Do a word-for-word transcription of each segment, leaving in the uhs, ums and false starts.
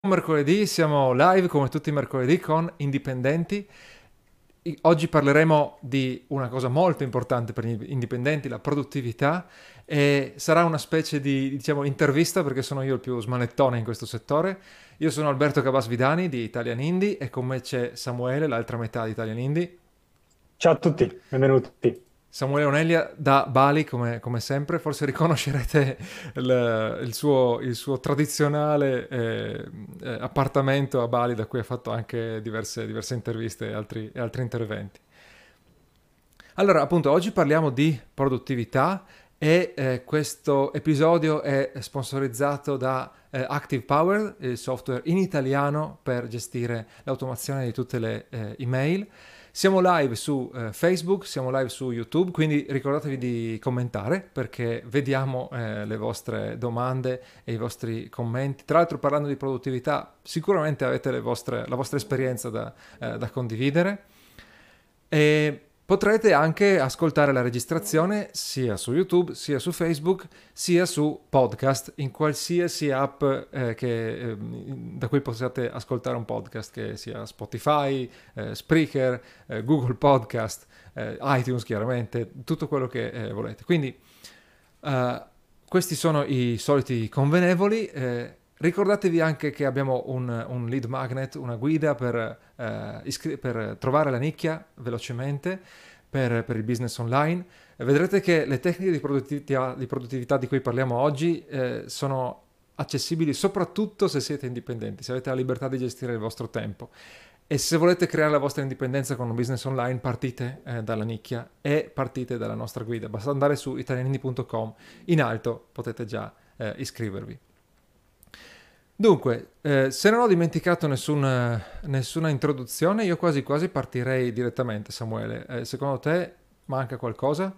Mercoledì siamo live come tutti i mercoledì con Indipendenti. I- Oggi parleremo di una cosa molto importante per gli indipendenti, la produttività, e sarà una specie di, diciamo, intervista perché sono io il più smanettone in questo settore. Io sono Alberto Cabasvidani di Italian Indie e con me c'è Samuele, l'altra metà di Italian Indie. Ciao a tutti, benvenuti. Samuele Onelia da Bali, come, come sempre, forse riconoscerete il, il suo, il suo tradizionale eh, eh, appartamento a Bali, da cui ha fatto anche diverse, diverse interviste e altri, e altri interventi. Allora, appunto, oggi parliamo di produttività e eh, questo episodio è sponsorizzato da eh, Active Power, il software in italiano per gestire l'automazione di tutte le eh, email. Siamo live su eh, Facebook, siamo live su YouTube, quindi ricordatevi di commentare perché vediamo eh, le vostre domande e i vostri commenti. Tra l'altro, parlando di produttività, sicuramente avete le vostre- la vostra esperienza da, eh, da condividere. E potrete anche ascoltare la registrazione sia su YouTube, sia su Facebook, sia su podcast, in qualsiasi app eh, che, eh, da cui possiate ascoltare un podcast, che sia Spotify, eh, Spreaker, eh, Google Podcast, eh, iTunes chiaramente, tutto quello che eh, volete. Quindi eh, questi sono i soliti convenevoli. eh, Ricordatevi anche che abbiamo un, un lead magnet, una guida per, eh, iscri- per trovare la nicchia velocemente per, per il business online. E vedrete che le tecniche di produttività di, produttività di cui parliamo oggi eh, sono accessibili soprattutto se siete indipendenti, se avete la libertà di gestire il vostro tempo. E se volete creare la vostra indipendenza con un business online, partite eh, dalla nicchia e partite dalla nostra guida. Basta andare su italianindi punto com, in alto potete già eh, iscrivervi. Dunque, eh, se non ho dimenticato nessun- nessuna introduzione, io quasi quasi partirei direttamente, Samuele. Eh, secondo te manca qualcosa?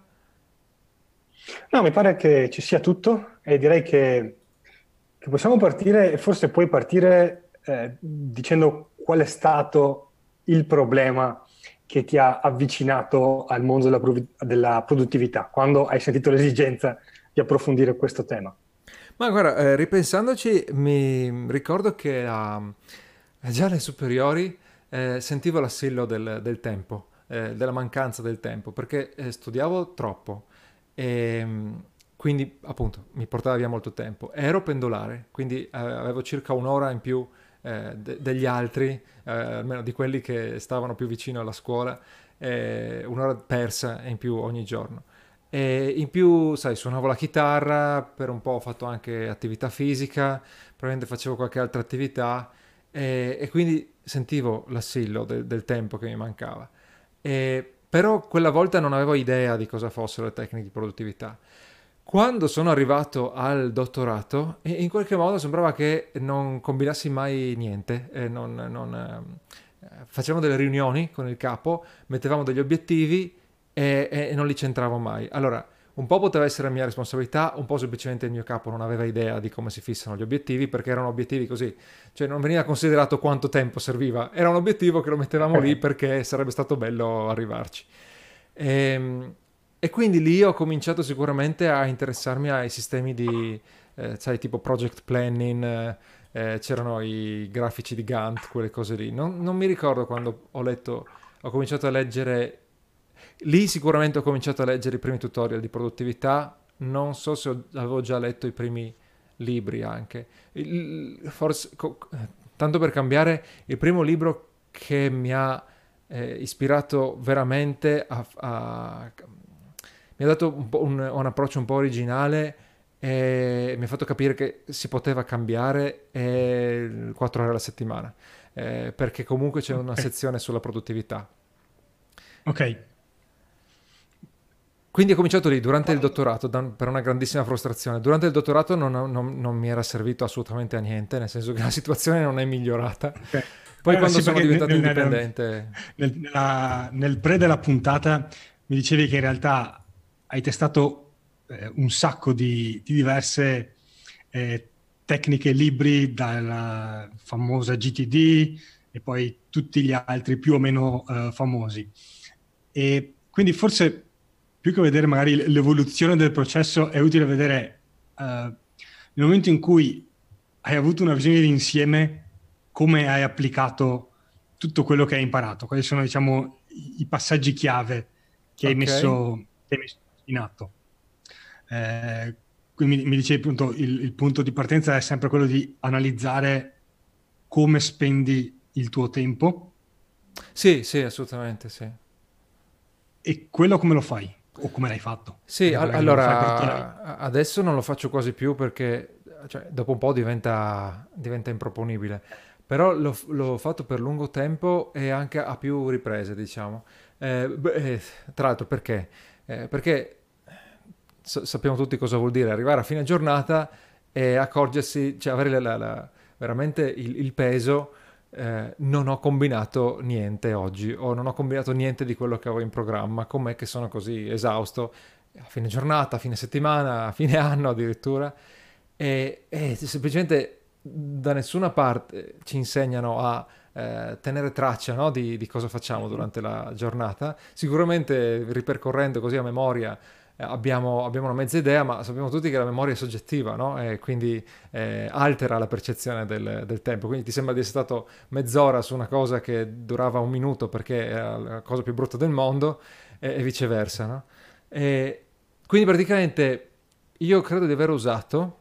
No, mi pare che ci sia tutto e direi che, che possiamo partire e forse puoi partire eh, dicendo qual è stato il problema che ti ha avvicinato al mondo della, provi- della produttività, quando hai sentito l'esigenza di approfondire questo tema. Ma guarda, eh, ripensandoci, mi ricordo che a- già alle superiori eh, sentivo l'assillo del, del tempo, eh, della mancanza del tempo, perché eh, studiavo troppo e mm, quindi appunto mi portava via molto tempo. Ero pendolare, quindi eh, avevo circa un'ora in più eh, de- degli altri, eh, almeno di quelli che stavano più vicino alla scuola, eh, un'ora persa in più ogni giorno. E in più, sai, suonavo la chitarra, per un po' ho fatto anche attività fisica, probabilmente facevo qualche altra attività e, e quindi sentivo l'assillo del, del tempo che mi mancava. E, però quella volta non avevo idea di cosa fossero le tecniche di produttività. Quando sono arrivato al dottorato, e- in qualche modo sembrava che non combinassi mai niente, e non, non, ehm, eh, facevamo delle riunioni con il capo, mettevamo degli obiettivi e, e non li centravo mai. Allora, un po' poteva essere mia responsabilità, un po' semplicemente il mio capo non aveva idea di come si fissano gli obiettivi, perché erano obiettivi così, cioè non veniva considerato quanto tempo serviva, era un obiettivo che lo mettevamo lì perché sarebbe stato bello arrivarci. E, e quindi lì ho cominciato sicuramente a interessarmi ai sistemi di, eh, sai, tipo project planning, eh, eh, c'erano i grafici di Gantt, quelle cose lì. Non, non mi ricordo quando ho letto, ho cominciato a leggere, lì sicuramente ho cominciato a leggere i primi tutorial di produttività, non so se ho- avevo già letto i primi libri anche. Il- forse, co- tanto per cambiare, il primo libro che mi ha eh, ispirato veramente a, a- mi ha dato un, po' un, un approccio un po' originale e mi ha fatto capire che si poteva cambiare eh, quattro ore alla settimana, eh, perché comunque c'è una Ok, sezione sulla produttività. ok. Quindi ho cominciato lì, durante il dottorato, da- per una grandissima frustrazione. Durante il dottorato non, non- non mi era servito assolutamente a niente, nel senso che la situazione non è migliorata. Ok. Poi Allora, quando sì, sono perché nel, diventato nel- nel- indipendente. nel- nella- nel pre della puntata mi dicevi che in realtà hai testato eh, un sacco di, di diverse eh, tecniche e libri, dalla famosa G T D e poi tutti gli altri più o meno eh, famosi. E quindi forse più che vedere magari l'evoluzione del processo, è utile vedere eh, nel momento in cui hai avuto una visione d'insieme come hai applicato tutto quello che hai imparato, quali sono, diciamo, i, i passaggi chiave che hai Ok. messo, che hai messo in atto. Eh, quindi mi, mi dicevi appunto il, il punto di partenza è sempre quello di analizzare come spendi il tuo tempo Sì, sì, assolutamente sì. e quello come lo fai o come l'hai fatto, Sì, perché al- magari non lo fai per tutta la vita. allora a- adesso non lo faccio quasi più perché cioè, dopo un po' diventa, diventa improponibile, però l'ho l'ho fatto per lungo tempo e anche a più riprese, diciamo. Eh, beh, eh, tra l'altro perché? Eh, perché sa- sappiamo tutti cosa vuol dire arrivare a fine giornata e accorgersi, cioè avere la- la- la- veramente il, il peso, eh, non ho combinato niente oggi o non ho combinato niente di quello che avevo in programma, com'è che sono così esausto a fine giornata, a fine settimana, a fine anno addirittura e, e semplicemente da nessuna parte ci insegnano a eh, tenere traccia, no, di, di cosa facciamo Mhm. durante la giornata. Sicuramente ripercorrendo così a memoria eh, abbiamo, abbiamo una mezza idea, ma sappiamo tutti che la memoria è soggettiva, no? E quindi eh, altera la percezione del, del tempo. Quindi ti sembra di essere stato mezz'ora su una cosa che durava un minuto perché era la cosa più brutta del mondo e, e viceversa, no? E quindi praticamente io credo di aver usato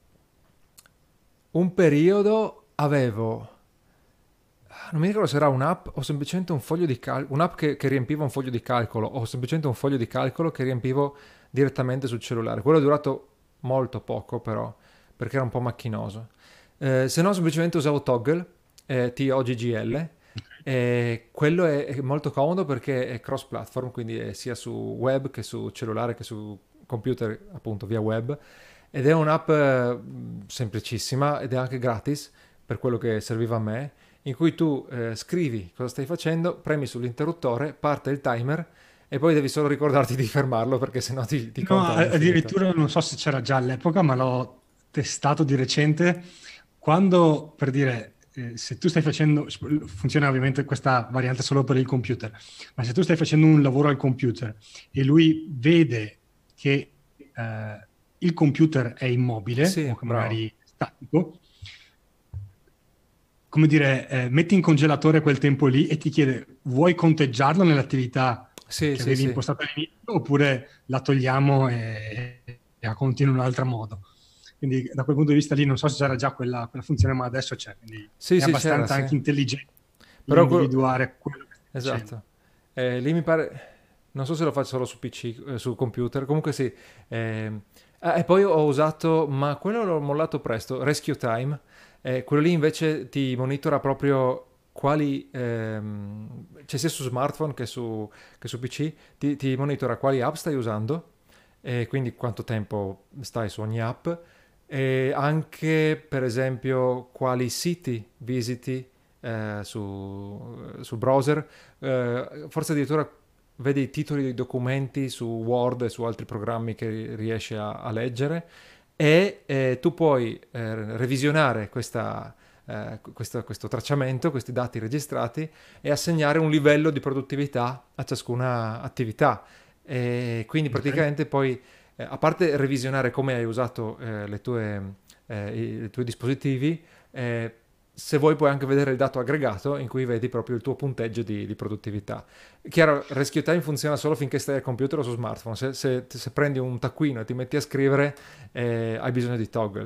un periodo, avevo, non mi ricordo se era un'app o semplicemente un foglio di calcolo, un'app che, che riempiva un foglio di calcolo o semplicemente un foglio di calcolo che riempivo direttamente sul cellulare. Quello è durato molto poco però, perché era un po' macchinoso. Eh, se no semplicemente usavo Toggle, eh, T O G G L, e quello è, è molto comodo perché è cross platform, quindi è sia su web che su cellulare che su computer, appunto via web, ed è un'app eh, semplicissima ed è anche gratis per quello che serviva a me, in cui tu eh, scrivi cosa stai facendo, premi sull'interruttore, parte il timer e poi devi solo ricordarti di fermarlo perché sennò ti, ti No, conta a- all'infinito. addirittura non so se c'era già all'epoca, ma l'ho testato di recente. Quando, per dire, eh, se tu stai facendo, funziona ovviamente questa variante solo per il computer, ma se tu stai facendo un lavoro al computer e lui vede che eh, il computer è immobile Sì, o che bravo. magari è statico, come dire, eh, metti in congelatore quel tempo lì e ti chiede, vuoi conteggiarlo nell'attività Sì, che sì, avevi sì. impostato all'inizio oppure la togliamo e, e la conti in un altro modo? Quindi da quel punto di vista lì non so se c'era già quella, quella funzione, ma adesso c'è, quindi Sì, è sì, c'era, abbastanza sì. anche intelligente Però que- l'individuare quello che stai facendo. esatto. Eh, lì mi pare, non so se lo faccio solo su P C, eh, su computer, comunque sì. Ehm, ah, e poi ho usato, ma quello l'ho mollato presto, Rescue Time. Eh, quello lì invece ti monitora proprio quali, ehm, cioè sia su smartphone che su, che su P C, ti, ti monitora quali app stai usando e quindi quanto tempo stai su ogni app e anche per esempio quali siti visiti eh, su, sul browser, eh, forse addirittura vedi i titoli dei documenti su Word e su altri programmi che riesci a, a leggere e eh, tu puoi eh, revisionare questa, eh, questo, questo tracciamento, questi dati registrati e assegnare un livello di produttività a ciascuna attività. E quindi Ok? praticamente poi, eh, a parte revisionare come hai usato eh, le tue, eh, i, i tuoi dispositivi, eh, se vuoi puoi anche vedere il dato aggregato in cui vedi proprio il tuo punteggio di, di produttività. Chiaro, Rescue Time funziona solo finché stai al computer o su smartphone. Se, se- se prendi un taccuino e ti metti a scrivere, eh, hai bisogno di toggle.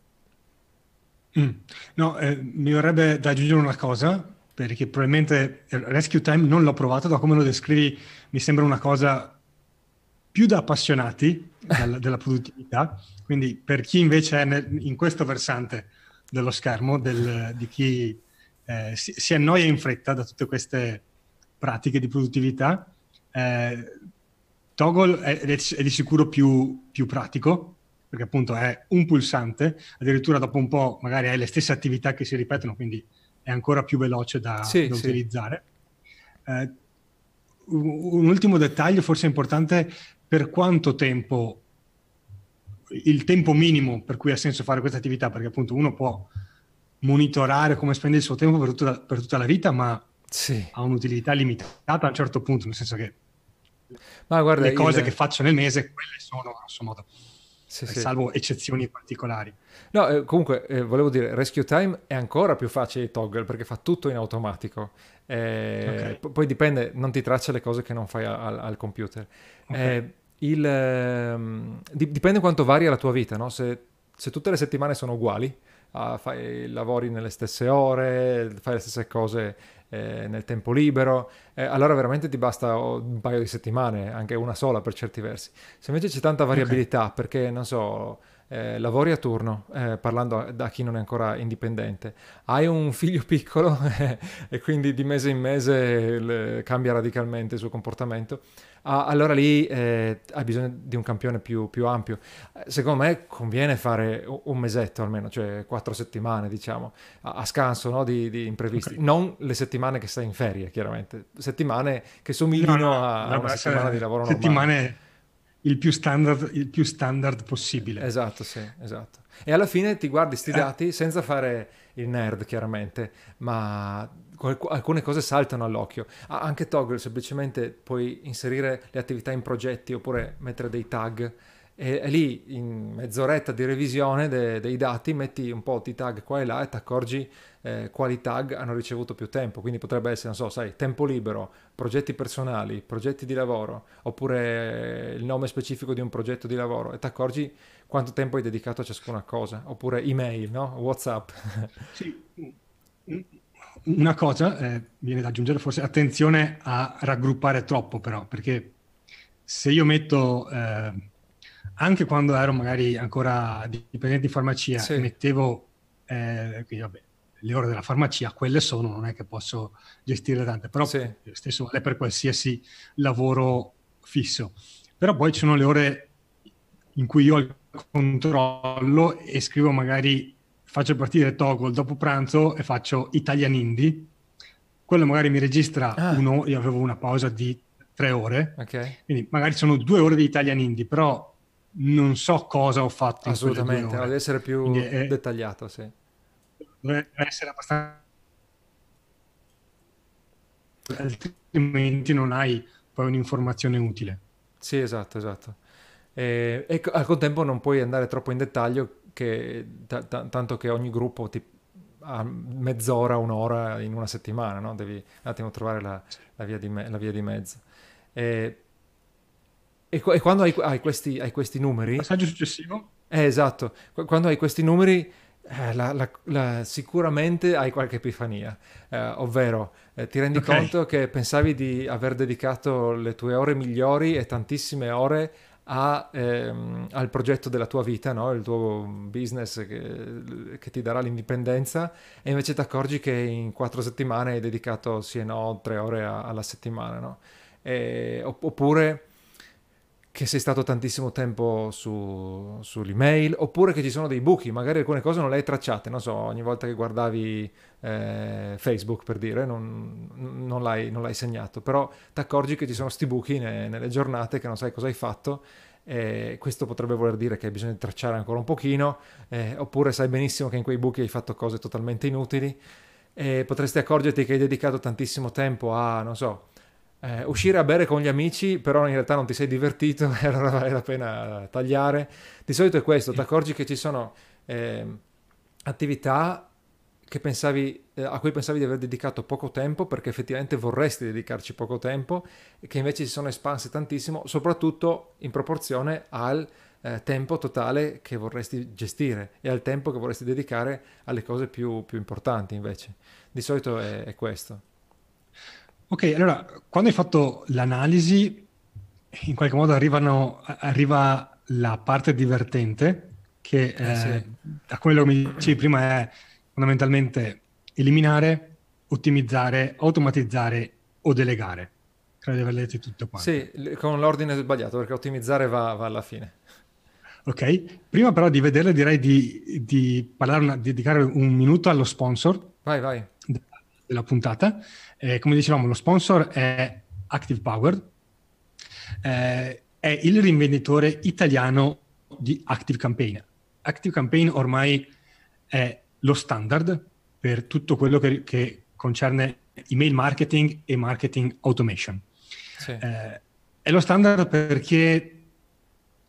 Mm. No, eh, mi verrebbe da aggiungere una cosa, perché probabilmente il Rescue Time non l'ho provato, da come lo descrivi mi sembra una cosa più da appassionati dal- della produttività, quindi per chi invece è nel- in questo versante dello schermo, del- di chi eh, si, si annoia in fretta da tutte queste pratiche di produttività, eh, Toggle è, è di è di sicuro più, più pratico, perché appunto è un pulsante, addirittura dopo un po' magari hai le stesse attività che si ripetono, quindi è ancora più veloce da, Sì, da sì. utilizzare. Eh, un un ultimo dettaglio forse importante, per quanto tempo, il tempo minimo per cui ha senso fare questa attività, perché appunto uno può monitorare come spende il suo tempo per tutta, per tutta la vita, ma Sì. ha un'utilità limitata a un certo punto, nel senso che Ma guarda, le cose che il, faccio nel mese, quelle sono grosso modo. Sì, eh, sì. salvo eccezioni particolari. No, eh, comunque, eh, volevo dire, Rescue Time è ancora più facile di Toggle perché fa tutto in automatico. Ok, Eh, p- poi dipende, non ti traccia le cose che non fai al, al computer. ok, Eh, il, ehm, di- dipende quanto varia la tua vita, no? Se, se tutte le settimane sono uguali, ah, fai, lavori nelle stesse ore, fai le stesse cose eh, nel tempo libero, eh, allora veramente ti basta oh, un paio di settimane, anche una sola per certi versi. Se invece c'è tanta ok. variabilità, perché non so, eh, lavori a turno, eh, parlando a- da chi non è ancora indipendente, hai un figlio piccolo e quindi di mese in mese il- cambia radicalmente il suo comportamento, ah, allora lì eh, hai bisogno di un campione più, più ampio. Eh, Secondo me conviene fare u- un mesetto almeno, cioè quattro settimane, diciamo, a, a scanso, no, di, di Ok. imprevisti. Non le settimane che stai in ferie, chiaramente, settimane che No, no, somiglino no, a, a una dovrebbero settimana di essere lavoro normale. settimane il più standard, il più standard possibile. Esatto, sì, esatto. E alla fine ti guardi sti Eh, dati senza fare il nerd, chiaramente, ma qualc- alcune cose saltano all'occhio. Ah, anche Toggle, semplicemente puoi inserire le attività in progetti oppure mettere dei tag e, e lì in mezz'oretta di revisione de- dei dati metti un po' di tag qua e là e ti accorgi eh, quali tag hanno ricevuto più tempo. Quindi potrebbe essere, non so, sai, tempo libero, progetti personali, progetti di lavoro, oppure il nome specifico di un progetto di lavoro e ti accorgi quanto tempo hai dedicato a ciascuna cosa, oppure email, no? WhatsApp. sì, un- una cosa, eh, viene da aggiungere forse, attenzione a raggruppare troppo però, perché se io metto, eh, anche quando ero magari ancora dipendente di farmacia e Sì, mettevo, eh, quindi vabbè, le ore della farmacia, quelle sono, non è che posso gestire tante, però sì, stesso vale per qualsiasi lavoro fisso. Però poi ci sono le ore in cui io ho il controllo e scrivo magari, faccio partire Toggle dopo pranzo e faccio Italian Indie. Quello magari mi registra ah, uno, io avevo una pausa di tre ore, ok, quindi magari sono due ore di Italian Indie, però non so cosa ho fatto in quelle due assolutamente, no, deve ore. essere Quindi più è- dettagliato, sì. deve essere abbastanza, altrimenti non hai poi un'informazione utile. Sì, esatto, esatto. E, e co- al contempo non puoi andare troppo in dettaglio, che, ta- ta- tanto che ogni gruppo ti, ha mezz'ora, un'ora in una settimana, no? Devi un attimo trovare la, la via di me- la via di mezzo. E, e qu- e quando hai, hai questi, hai questi numeri, Passaggio successivo. eh, esatto, Qu- quando hai questi numeri, eh, la- la- la- sicuramente hai qualche epifania, eh, ovvero eh, ti rendi Ok. conto che pensavi di aver dedicato le tue ore migliori e tantissime ore a, ehm, al progetto della tua vita, no? Il tuo business che, che ti darà l'indipendenza, e invece ti accorgi che in quattro settimane hai dedicato sì e no tre ore a- alla settimana, no? E- opp- oppure che sei stato tantissimo tempo su, sull'email, oppure che ci sono dei buchi, magari alcune cose non le hai tracciate, non so, ogni volta che guardavi eh, Facebook per dire, non, non l'hai, non l'hai segnato, però ti accorgi che ci sono sti buchi ne- nelle giornate che non sai cosa hai fatto, e questo potrebbe voler dire che hai bisogno di tracciare ancora un pochino, eh, oppure sai benissimo che in quei buchi hai fatto cose totalmente inutili, e potresti accorgerti che hai dedicato tantissimo tempo a, non so, eh, uscire a bere con gli amici, però in realtà non ti sei divertito e allora vale la pena tagliare. Di solito è questo, ti Sì. accorgi che ci sono ehm, attività che pensavi, eh, a cui pensavi di aver dedicato poco tempo perché effettivamente vorresti dedicarci poco tempo e che invece si sono espanse tantissimo, soprattutto in proporzione al eh, tempo totale che vorresti gestire e al tempo che vorresti dedicare alle cose più, più importanti invece. Di solito è, è questo. Ok, allora, quando hai fatto l'analisi, in qualche modo arrivano- a- arriva la parte divertente, che Eh sì. eh, da quello che mi dicevi prima è fondamentalmente eliminare, ottimizzare, automatizzare o delegare. Credo di averle dette tutte quante. Sì, l- con l'ordine sbagliato, perché ottimizzare va, va alla fine. Ok? Prima però di vederle direi di, di parlare una- di dedicare un minuto allo sponsor Vai, vai. de- della puntata. Eh, come dicevamo, lo sponsor è Active Power, eh, è il rivenditore italiano di Active Campaign. Active Campaign ormai è lo standard per tutto quello che, che concerne email marketing e marketing automation. Sì, Eh, è lo standard perché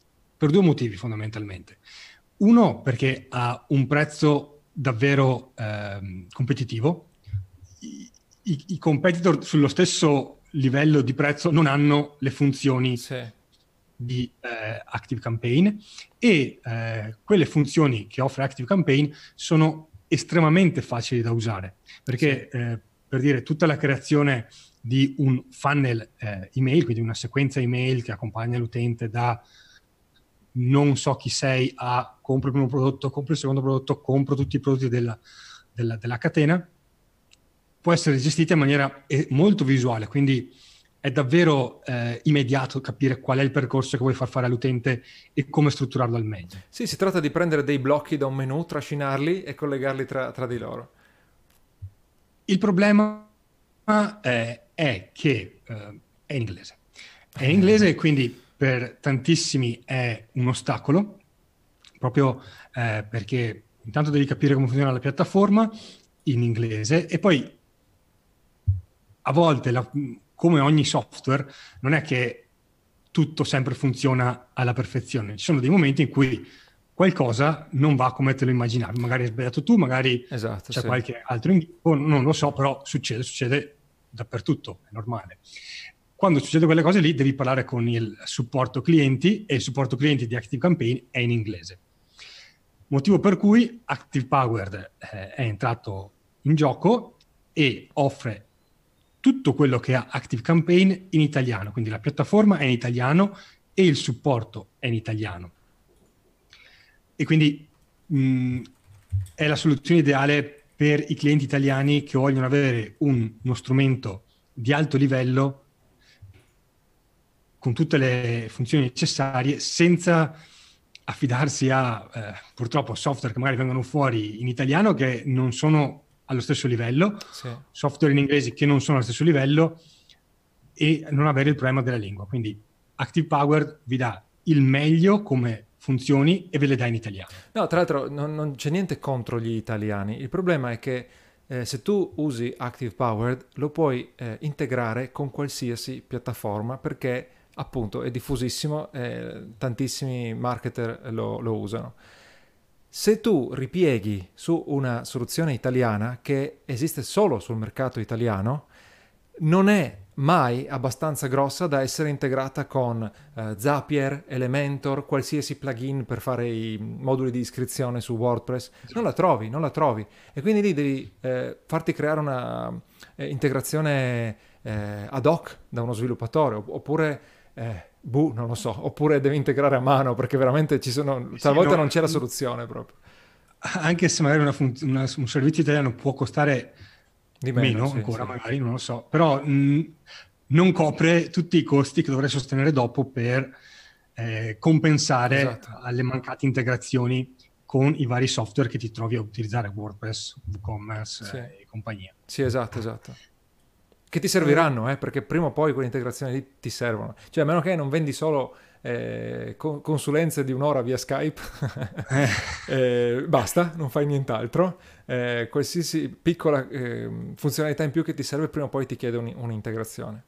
per due motivi fondamentalmente. Uno, perché ha un prezzo davvero ehm, competitivo. I, i, I competitor sullo stesso livello di prezzo non hanno le funzioni sì. di eh, ActiveCampaign e eh, quelle funzioni che offre ActiveCampaign sono estremamente facili da usare, perché Sì. eh, per dire tutta la creazione di un funnel eh, email, quindi una sequenza email che accompagna l'utente da non so chi sei a compro il primo prodotto, compro il secondo prodotto, compro tutti i prodotti della, della, della catena, può essere gestita in maniera eh, molto visuale, quindi è davvero eh, immediato capire qual è il percorso che vuoi far fare all'utente e come strutturarlo al meglio. Sì, si tratta di prendere dei blocchi da un menu, trascinarli e collegarli tra, tra di loro. Il problema è, è che eh, è in inglese. È in inglese e quindi per tantissimi è un ostacolo, proprio eh, perché intanto devi capire come funziona la piattaforma in inglese e poi a volte, la, come ogni software, non è che tutto sempre funziona alla perfezione. Ci sono dei momenti in cui qualcosa non va come te lo immaginavi. Magari hai sbagliato tu, magari Esatto, c'è sì. qualche altro inghippo, non lo so, però succede, succede dappertutto, è normale. Quando succede quelle cose lì devi parlare con il supporto clienti e il supporto clienti di ActiveCampaign è in inglese. Motivo per cui ActivePowered eh, è entrato in gioco e offre tutto quello che ha ActiveCampaign in italiano, quindi la piattaforma è in italiano e il supporto è in italiano. E quindi mh, è la soluzione ideale per i clienti italiani che vogliono avere un, uno strumento di alto livello con tutte le funzioni necessarie senza affidarsi a eh, purtroppo software che magari vengono fuori in italiano che non sono allo stesso livello, Sì. software in inglese che non sono allo stesso livello e non avere il problema della lingua. Quindi ActivePowered vi dà il meglio come funzioni e ve le dà in italiano. No, tra l'altro non, non c'è niente contro gli italiani. Il problema è che eh, se tu usi ActivePowered lo puoi eh, integrare con qualsiasi piattaforma perché appunto è diffusissimo e tantissimi marketer lo, lo usano. Se tu ripieghi su una soluzione italiana che esiste solo sul mercato italiano, non è mai abbastanza grossa da essere integrata con eh, Zapier, Elementor, qualsiasi plugin per fare i moduli di iscrizione su WordPress. Non la trovi, non la trovi. E quindi lì devi eh, farti creare una eh, integrazione eh, ad hoc da uno sviluppatore, oppure... Eh, Buh, non lo so, oppure devi integrare a mano perché veramente ci sono, talvolta sì, no, non c'è la soluzione proprio. Anche se magari una fun- una, un servizio italiano può costare Di meno, meno sì, ancora, sì. magari, non lo so, però mh, non copre tutti i costi che dovrei sostenere dopo per eh, compensare Esatto. alle mancate integrazioni con i vari software che ti trovi a utilizzare, WordPress, WooCommerce Sì. eh, e compagnia. Sì, esatto, esatto. Che ti serviranno, eh, perché prima o poi quelle integrazioni lì ti servono. Cioè, a meno che non vendi solo eh, con- consulenze di un'ora via Skype, Eh. eh, basta, non fai nient'altro. Eh, qualsiasi piccola eh, funzionalità in più che ti serve, prima o poi ti chiede un- un'integrazione.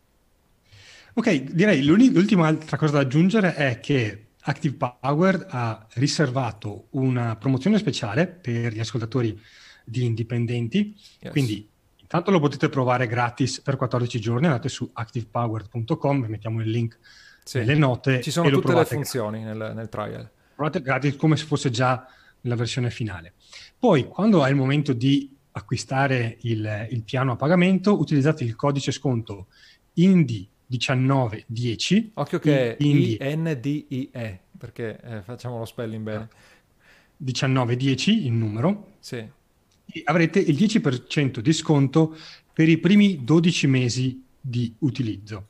Ok, direi l'uni- l'ultima altra cosa da aggiungere è che ActivePowered ha riservato una promozione speciale per gli ascoltatori di indipendenti, Yes. quindi intanto lo potete provare gratis per quattordici giorni, andate su activepowered punto com, vi mettiamo il link Sì. nelle note Ci sono e lo tutte le provate funzioni nel, nel trial. provate gratis come se fosse già nella versione finale. Poi, quando è il momento di acquistare il, il piano a pagamento, utilizzate il codice sconto I N D I diciannove dieci. Occhio che è I I N D I E, perché eh, facciamo lo spelling bene. diciannove dieci, il numero. Sì. E avrete il dieci per cento di sconto per i primi dodici mesi di utilizzo.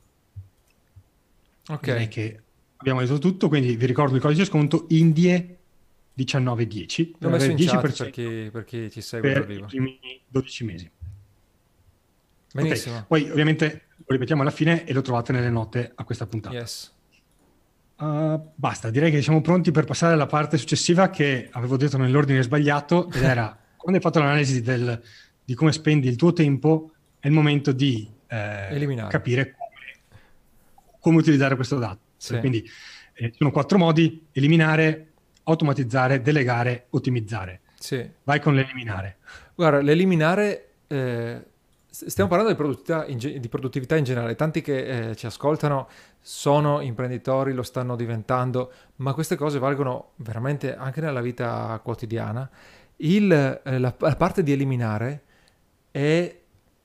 Ok. Direi che abbiamo detto tutto, quindi vi ricordo il codice sconto I N D I E diciannove dieci per L'ho messo avere in il dieci chat per per cento chi, per chi ci segue per dal i vivo. primi dodici mesi. Benissimo. Ok, poi ovviamente lo ripetiamo alla fine e lo trovate nelle note a questa puntata. Yes. Uh, basta, direi che siamo pronti per passare alla parte successiva che avevo detto nell'ordine sbagliato ed era quando hai fatto l'analisi del, di come spendi il tuo tempo è il momento di eh, Eliminare. capire come, come utilizzare questo dato. Sì. Quindi Eh, ci sono quattro modi: eliminare, automatizzare, delegare, ottimizzare. Sì. Vai con l'eliminare. Guarda, l'eliminare, eh, s- stiamo parlando di produttività in, ge- di produttività in generale, tanti che eh, ci ascoltano sono imprenditori, lo stanno diventando, ma queste cose valgono veramente anche nella vita quotidiana. Il, eh, la, la parte di eliminare è,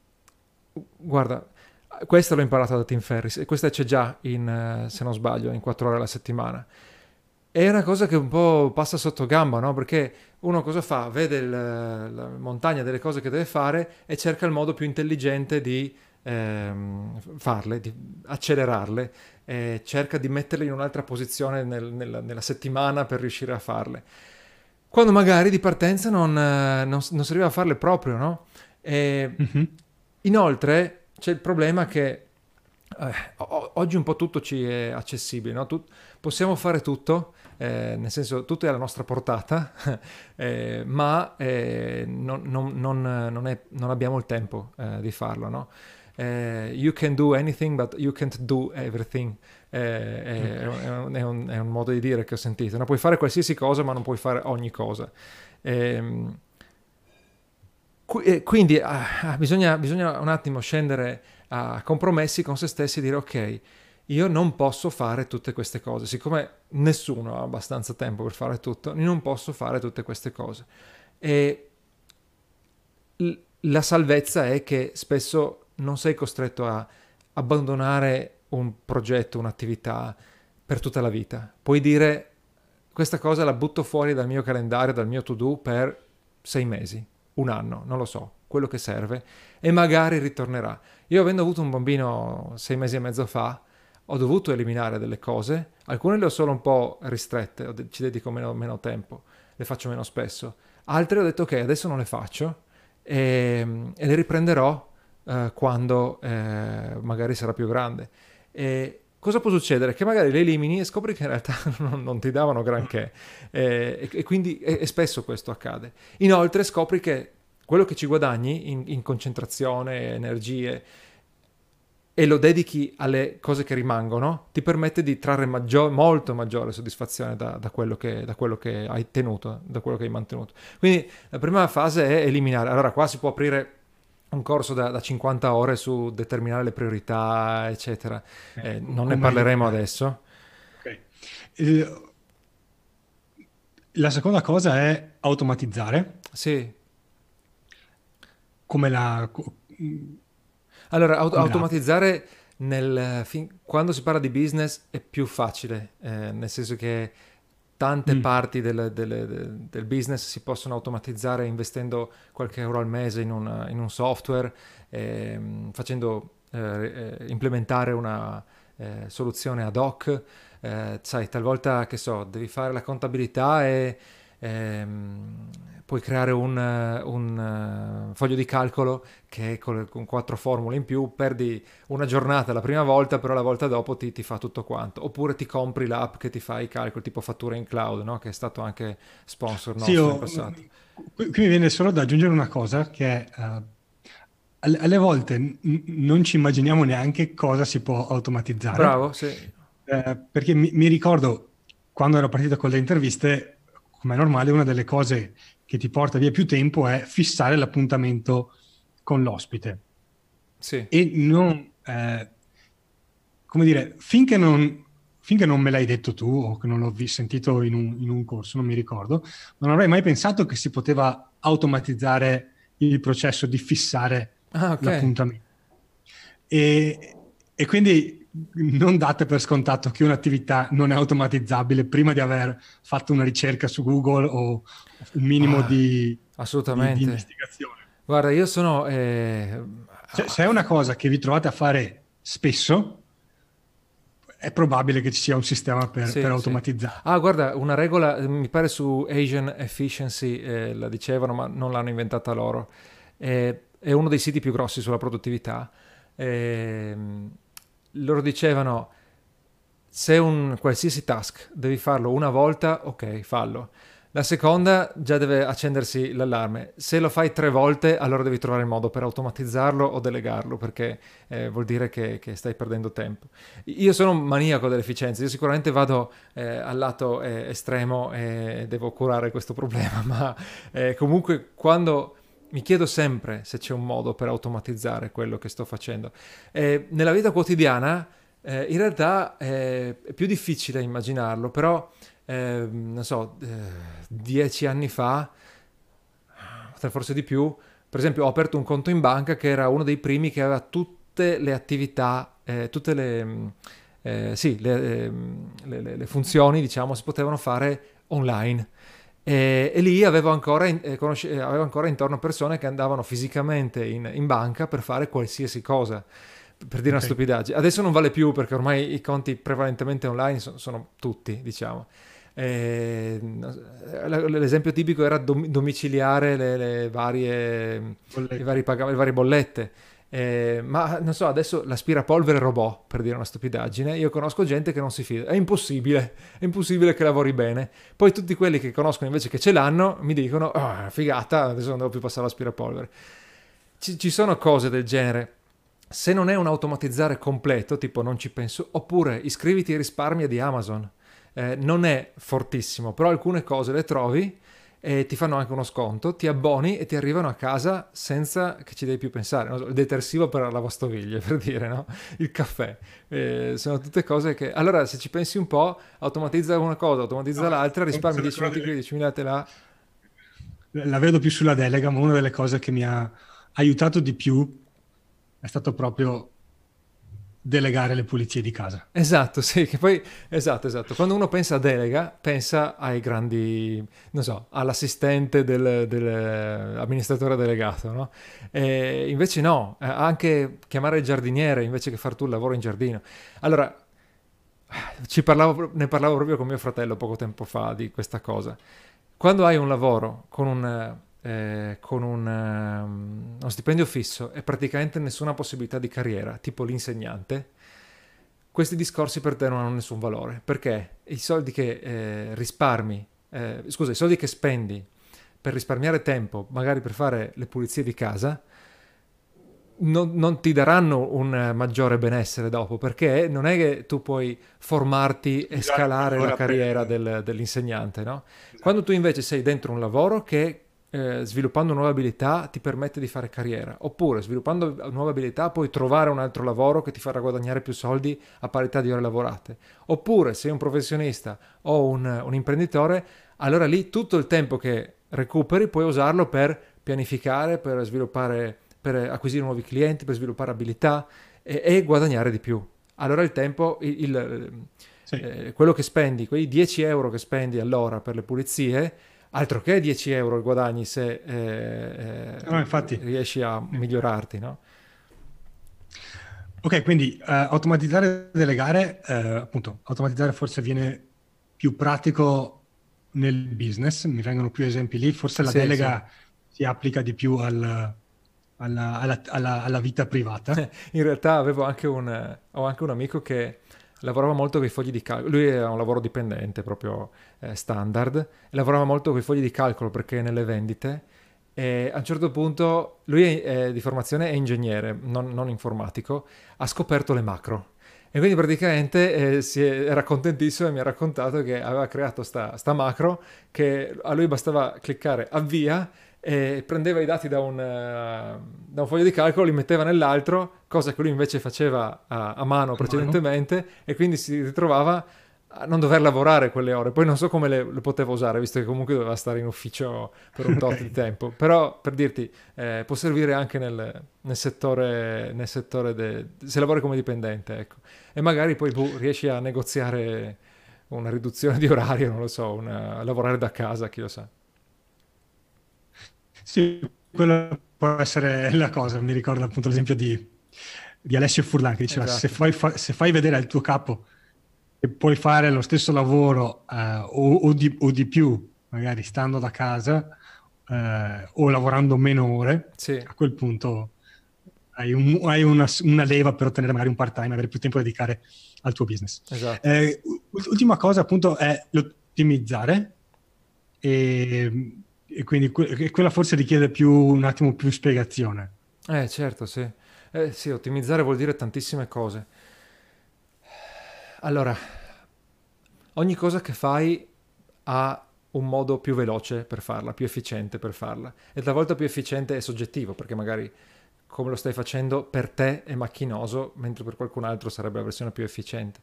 guarda, questo l'ho imparato da Tim Ferriss e questa c'è già in, eh, se non sbaglio, in quattro ore alla settimana. È una cosa che un po' passa sotto gamba, no? Perché uno cosa fa? Vede il- la montagna delle cose che deve fare e cerca il modo più intelligente di ehm, farle, di accelerarle, e cerca di metterle in un'altra posizione nel- nella, nella settimana per riuscire a farle. Quando magari di partenza non, eh, non, non serviva a farle proprio, no? E Mhm. inoltre c'è il problema che eh, o- oggi un po' tutto ci è accessibile, no? Tut- possiamo fare tutto, eh, nel senso tutto è alla nostra portata, eh, ma eh, non, non- non- non è- non abbiamo il tempo eh, di farlo, no? Eh, you can do anything, but you can't do everything. Eh, è, è un, Ok. è un- è un- è un modo di dire che ho sentito. No? Puoi fare qualsiasi cosa, ma non puoi fare ogni cosa. Ehm, Qui- eh, Quindi ah, ah, bisogna, bisogna un attimo scendere a compromessi con se stessi e dire ok, io non posso fare tutte queste cose, siccome nessuno ha abbastanza tempo per fare tutto, io non posso fare tutte queste cose. E l- la salvezza è che spesso non sei costretto a abbandonare un progetto, un'attività per tutta la vita. Puoi dire questa cosa la butto fuori dal mio calendario, dal mio to-do per sei mesi, un anno, non lo so, quello che serve, e magari ritornerà. Io avendo avuto un bambino sei mesi e mezzo fa, ho dovuto eliminare delle cose, alcune le ho solo un po' ristrette, ho de- ci dedico meno, meno tempo, le faccio meno spesso, altre ho detto ok, adesso non le faccio e, e le riprenderò eh, quando eh, magari sarà più grande. E cosa può succedere? Che magari le elimini e scopri che in realtà non, non ti davano granché e, e quindi e, e spesso questo accade. Inoltre scopri che quello che ci guadagni in, in concentrazione, energie e lo dedichi alle cose che rimangono, ti permette di trarre maggior, molto maggiore soddisfazione da, da quello che, da quello che hai tenuto, da quello che hai mantenuto. Quindi la prima fase è eliminare. Allora qua si può aprire un corso da, da cinquanta ore su determinare le priorità, eccetera. Eh, Eh, co- non ne come parleremo eliminare? adesso. Ok. Il- la seconda cosa è automatizzare, Sì. come la, co- mm, Allora, aut- come la applichi. automatizzare nel, fin- quando si parla di business è più facile, eh, nel senso che tante Mm. parti del, del- del- del business si possono automatizzare investendo qualche euro al mese in, una- in un software, ehm, facendo eh, eh, implementare una eh, soluzione ad hoc. Eh, sai, talvolta, che so, devi fare la contabilità e ehm, puoi creare un, eh, un, eh, foglio di calcolo che con, con quattro formule in più perdi una giornata la prima volta, però la volta dopo ti, ti fa tutto quanto. Oppure ti compri l'app che ti fa i calcoli, tipo Fattura in Cloud, no? Che è stato anche sponsor Sì, nostro in io- passato. qui, qui mi viene solo da aggiungere una cosa che è, eh, alle, alle volte n- non ci immaginiamo neanche cosa si può automatizzare. Bravo, sì. Eh, perché mi, mi ricordo quando ero partito con le interviste, come è normale, una delle cose che ti porta via più tempo è fissare l'appuntamento con l'ospite. Sì. E non, eh, come dire, finché non, finché non me l'hai detto tu o che non l'ho vi- sentito in un, in un corso, non mi ricordo, non avrei mai pensato che si poteva automatizzare il processo di fissare Ah, ok. l'appuntamento. E, e quindi non date per scontato che un'attività non è automatizzabile prima di aver fatto una ricerca su Google o un minimo Ah, di, di- di assolutamente. investigazione. Guarda, io sono... eh, Se, se è una cosa che vi trovate a fare spesso, è probabile che ci sia un sistema per, per Sì, sì. automatizzare. Ah, guarda, una regola, eh, mi pare su Asian Efficiency, eh, la dicevano, ma non l'hanno inventata loro. Eh, è uno dei siti più grossi sulla produttività. Ehm, loro dicevano, se un qualsiasi task devi farlo una volta, ok, fallo. La seconda già deve accendersi l'allarme. Se lo fai tre volte, allora devi trovare il modo per automatizzarlo o delegarlo, perché eh, vuol dire che, che stai perdendo tempo. Io sono un maniaco dell'efficienza, io sicuramente vado eh, al lato eh, estremo e devo curare questo problema, ma eh, comunque quando mi chiedo sempre se c'è un modo per automatizzare quello che sto facendo. Eh, nella vita quotidiana eh, in realtà eh, è più difficile immaginarlo, però eh, non so, eh, dieci anni fa, forse di più, per esempio ho aperto un conto in banca che era uno dei primi che aveva tutte le attività, eh, tutte le, mm, eh, sì, le, ehm, le- le- le funzioni, diciamo, si potevano fare online. E, e lì avevo ancora, in- eh, conosce- eh, avevo ancora intorno persone che andavano fisicamente in, in banca per fare qualsiasi cosa, per dire una Ok. stupidaggine. Adesso non vale più perché ormai i conti prevalentemente online so- sono tutti, diciamo. Eh, l'esempio tipico era dom- domiciliare le, le varie, i Bollette. vari paga- le varie bollette. Eh, ma non so, adesso l'aspirapolvere robot, per dire una stupidaggine, io conosco gente che non si fida, è impossibile, è impossibile che lavori bene. Poi tutti quelli che conoscono invece che ce l'hanno mi dicono, ah, figata, adesso non devo più passare l'aspirapolvere. Ci, ci sono cose del genere. Se non è un automatizzare completo, tipo non ci penso, oppure iscriviti ai risparmi di Amazon. Eh, non è fortissimo, però alcune cose le trovi e ti fanno anche uno sconto, ti abboni e ti arrivano a casa senza che ci devi più pensare. Non so, il detersivo per la lavastoviglie, per dire, no? Il caffè. Eh, sono tutte cose che... Allora, se ci pensi un po', automatizza una cosa, automatizza No, l'altra, comunque risparmi sono dieci d'accordo. minuti qui, dieci minuti là. La vedo più sulla delega, ma una delle cose che mi ha aiutato di più è stato proprio delegare le pulizie di casa. Esatto, sì, che poi, esatto, esatto. Quando uno pensa a delega, pensa ai grandi, non so, all'assistente del, dell'amministratore delegato, no? E invece no, eh, anche chiamare il giardiniere invece che far tu il lavoro in giardino. Allora, ci parlavo, ne parlavo proprio con mio fratello poco tempo fa di questa cosa. Quando hai un lavoro con un, eh, con un, ehm, uno stipendio fisso e praticamente nessuna possibilità di carriera, tipo l'insegnante, questi discorsi per te non hanno nessun valore, perché i soldi che eh, risparmi, eh, scusa, i soldi che spendi per risparmiare tempo, magari per fare le pulizie di casa, non, non ti daranno un eh, maggiore benessere dopo, perché non è che tu puoi formarti e Usare scalare la quell'ora carriera per... del- dell'insegnante, no? Quando Esatto. tu invece sei dentro un lavoro che eh, sviluppando nuove abilità ti permette di fare carriera, oppure sviluppando nuove abilità puoi trovare un altro lavoro che ti farà guadagnare più soldi a parità di ore lavorate, oppure sei un professionista o un, un imprenditore, allora lì tutto il tempo che recuperi puoi usarlo per pianificare, per sviluppare, per acquisire nuovi clienti, per sviluppare abilità e, e guadagnare di più. Allora il tempo, il, il, Sì. eh, quello che spendi, quei dieci euro che spendi all'ora per le pulizie, altro che dieci euro guadagni se eh, No, eh, infatti. riesci a migliorarti, no? Ok, quindi eh, automatizzare e delegare, eh, appunto, automatizzare forse viene più pratico nel business, mi vengono più esempi lì, forse la Sì, sì. delega si applica di più al- alla, alla- alla- alla vita privata. In realtà avevo anche un, ho anche un amico che lavorava molto con i fogli di calcolo. Lui era un lavoro dipendente, proprio eh, standard, e lavorava molto con i fogli di calcolo perché nelle vendite. E a un certo punto, lui è, è di formazione è ingegnere, non, non informatico, ha scoperto le macro. E quindi praticamente eh, si è- era contentissimo e mi ha raccontato che aveva creato sta, sta macro che a lui bastava cliccare avvia e prendeva i dati da un, eh, da un foglio di calcolo, li metteva nell'altro, cosa che lui invece faceva a, a mano A mano. precedentemente e quindi si ritrovava a non dover lavorare quelle ore. Poi non so come le, le poteva usare, visto che comunque doveva stare in ufficio per un Ok. tot di tempo. Però per dirti, eh, può servire anche nel, nel settore, nel settore de- se lavori come dipendente, ecco. E magari poi boh, riesci a negoziare una riduzione di orario, non lo so, una, lavorare da casa, chi lo sa. Sì, quello può essere la cosa. Mi ricordo appunto l'esempio di, di Alessio Furlan che diceva se Esatto. fai, fa- se fai vedere al tuo capo che puoi fare lo stesso lavoro eh, o, o di, o di più, magari stando da casa eh, o lavorando meno ore, Sì, a quel punto hai, un- hai una, una leva per ottenere magari un part-time, avere più tempo da dedicare al tuo business. esatto. Eh, ultima cosa appunto è l'ottimizzare. e, e quindi que- e quella forse richiede più un attimo più spiegazione. Eh, certo, sì. Eh, sì, ottimizzare vuol dire tantissime cose. Allora, ogni cosa che fai ha un modo più veloce per farla, più efficiente per farla. E talvolta più efficiente è soggettivo, perché magari come lo stai facendo per te è macchinoso, mentre per qualcun altro sarebbe la versione più efficiente.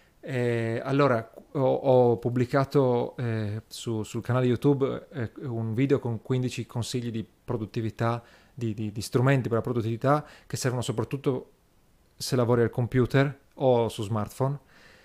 E allora ho, ho pubblicato eh, su- sul canale YouTube eh, un video con quindici consigli di produttività, di, di- di strumenti per la produttività che servono soprattutto se lavori al computer o su smartphone.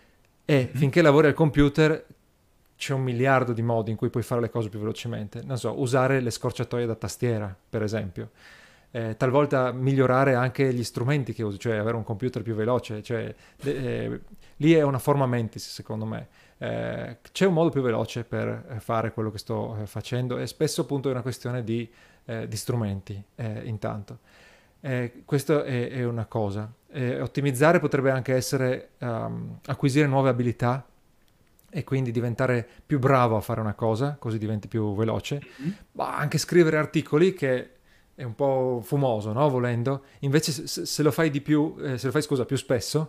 E Mhm. finché lavori al computer c'è un miliardo di modi in cui puoi fare le cose più velocemente. Non so, usare le scorciatoie da tastiera, per esempio. Eh, talvolta migliorare anche gli strumenti che usi, cioè avere un computer più veloce. Cioè, eh, lì è una forma mentis, secondo me. Eh, c'è un modo più veloce per eh, fare quello che sto eh, facendo e spesso appunto è una questione di, eh, di strumenti, eh, intanto. Eh, questo è, è una cosa. Eh, ottimizzare potrebbe anche essere um, acquisire nuove abilità e quindi diventare più bravo a fare una cosa, così diventi più veloce, Mhm. ma anche scrivere articoli che è un po' fumoso, no? Volendo. Invece se, se lo fai di più, eh, se lo fai scusa più spesso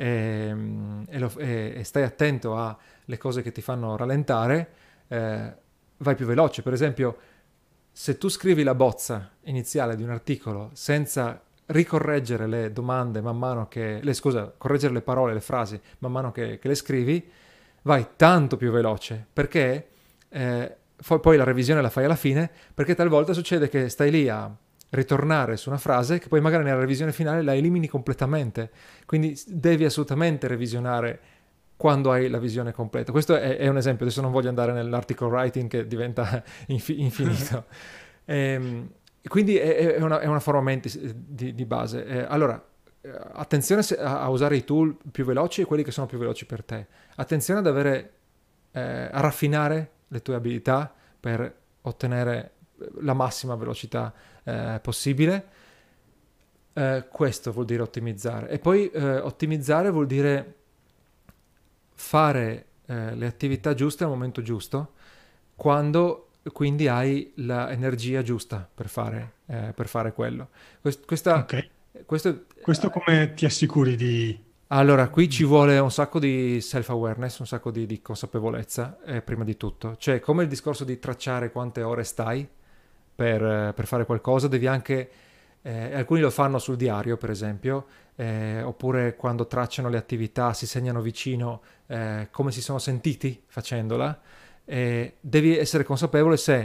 ehm, e, lo- e- e stai attento alle cose che ti fanno rallentare, eh, vai più veloce. Per esempio, se tu scrivi la bozza iniziale di un articolo senza ricorreggere le domande man mano che, le, scusa, correggere le parole, le frasi man mano che, che le scrivi, vai tanto più veloce perché eh, fo- poi la revisione la fai alla fine perché talvolta succede che stai lì a ritornare su una frase che poi magari nella revisione finale la elimini completamente, quindi devi assolutamente revisionare quando hai la visione completa. Questo è, è un esempio, adesso non voglio andare nell'article writing che diventa infi- infinito. Ehm, quindi è, è una, è una forma mentis eh, di, di base. Eh, allora, eh, attenzione se- a, a usare i tool più veloci e quelli che sono più veloci per te. Attenzione ad avere, eh, a raffinare le tue abilità per ottenere la massima velocità eh, possibile. Eh, questo vuol dire ottimizzare. E poi eh, ottimizzare vuol dire fare eh, le attività giuste al momento giusto, quando quindi hai l'energia giusta per fare, eh, per fare quello. Quest- questa, Ok. questo, Questo eh, come ti assicuri di... allora, qui ci vuole un sacco di self-awareness, un sacco di, di consapevolezza, eh, prima di tutto. Cioè, come il discorso di tracciare quante ore stai per, eh, per fare qualcosa, devi anche... eh, alcuni lo fanno sul diario, per esempio, eh, oppure quando tracciano le attività si segnano vicino eh, come si sono sentiti facendola. Eh, devi essere consapevole se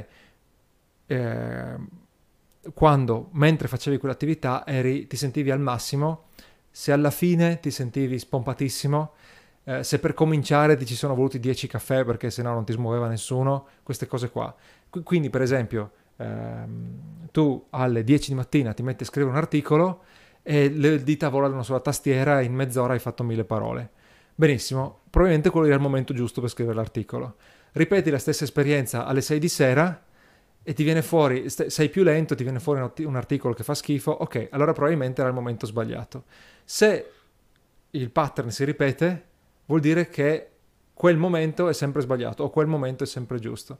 eh, quando, mentre facevi quell'attività, eri, ti sentivi al massimo, se alla fine ti sentivi spompatissimo, eh, se per cominciare ti ci sono voluti dieci caffè perché sennò non ti smuoveva nessuno, queste cose qua. Qu- quindi, per esempio, ehm, tu alle dieci di mattina ti metti a scrivere un articolo e le dita volano sulla tastiera e in mezz'ora hai fatto mille parole. Benissimo, probabilmente quello era il momento giusto per scrivere l'articolo. Ripeti la stessa esperienza alle sei di sera e ti viene fuori, st- sei più lento, ti viene fuori un, art- un articolo che fa schifo, ok, allora probabilmente era il momento sbagliato. Se il pattern si ripete, vuol dire che quel momento è sempre sbagliato o quel momento è sempre giusto.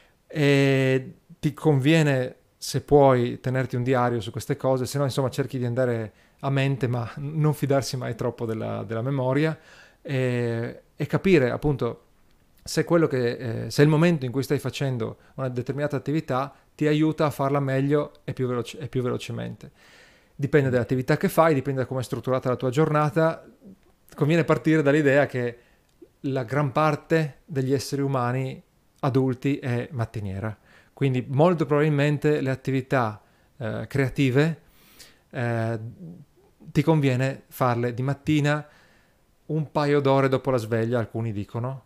E ti conviene, se puoi, tenerti un diario su queste cose, se no, insomma, cerchi di andare a mente, ma non fidarsi mai troppo della, della memoria e, e capire appunto se quello che, eh, se il momento in cui stai facendo una determinata attività ti aiuta a farla meglio e più, veloce- e più velocemente. Dipende Mm. dall'attività che fai, dipende da come è strutturata la tua giornata. Conviene partire dall'idea che la gran parte degli esseri umani adulti è mattiniera. Quindi molto probabilmente le attività eh, creative eh, ti conviene farle di mattina un paio d'ore dopo la sveglia, alcuni dicono,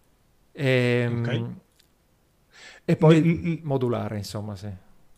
Ok. e, e Ne- poi n- n- modulare, insomma, sì.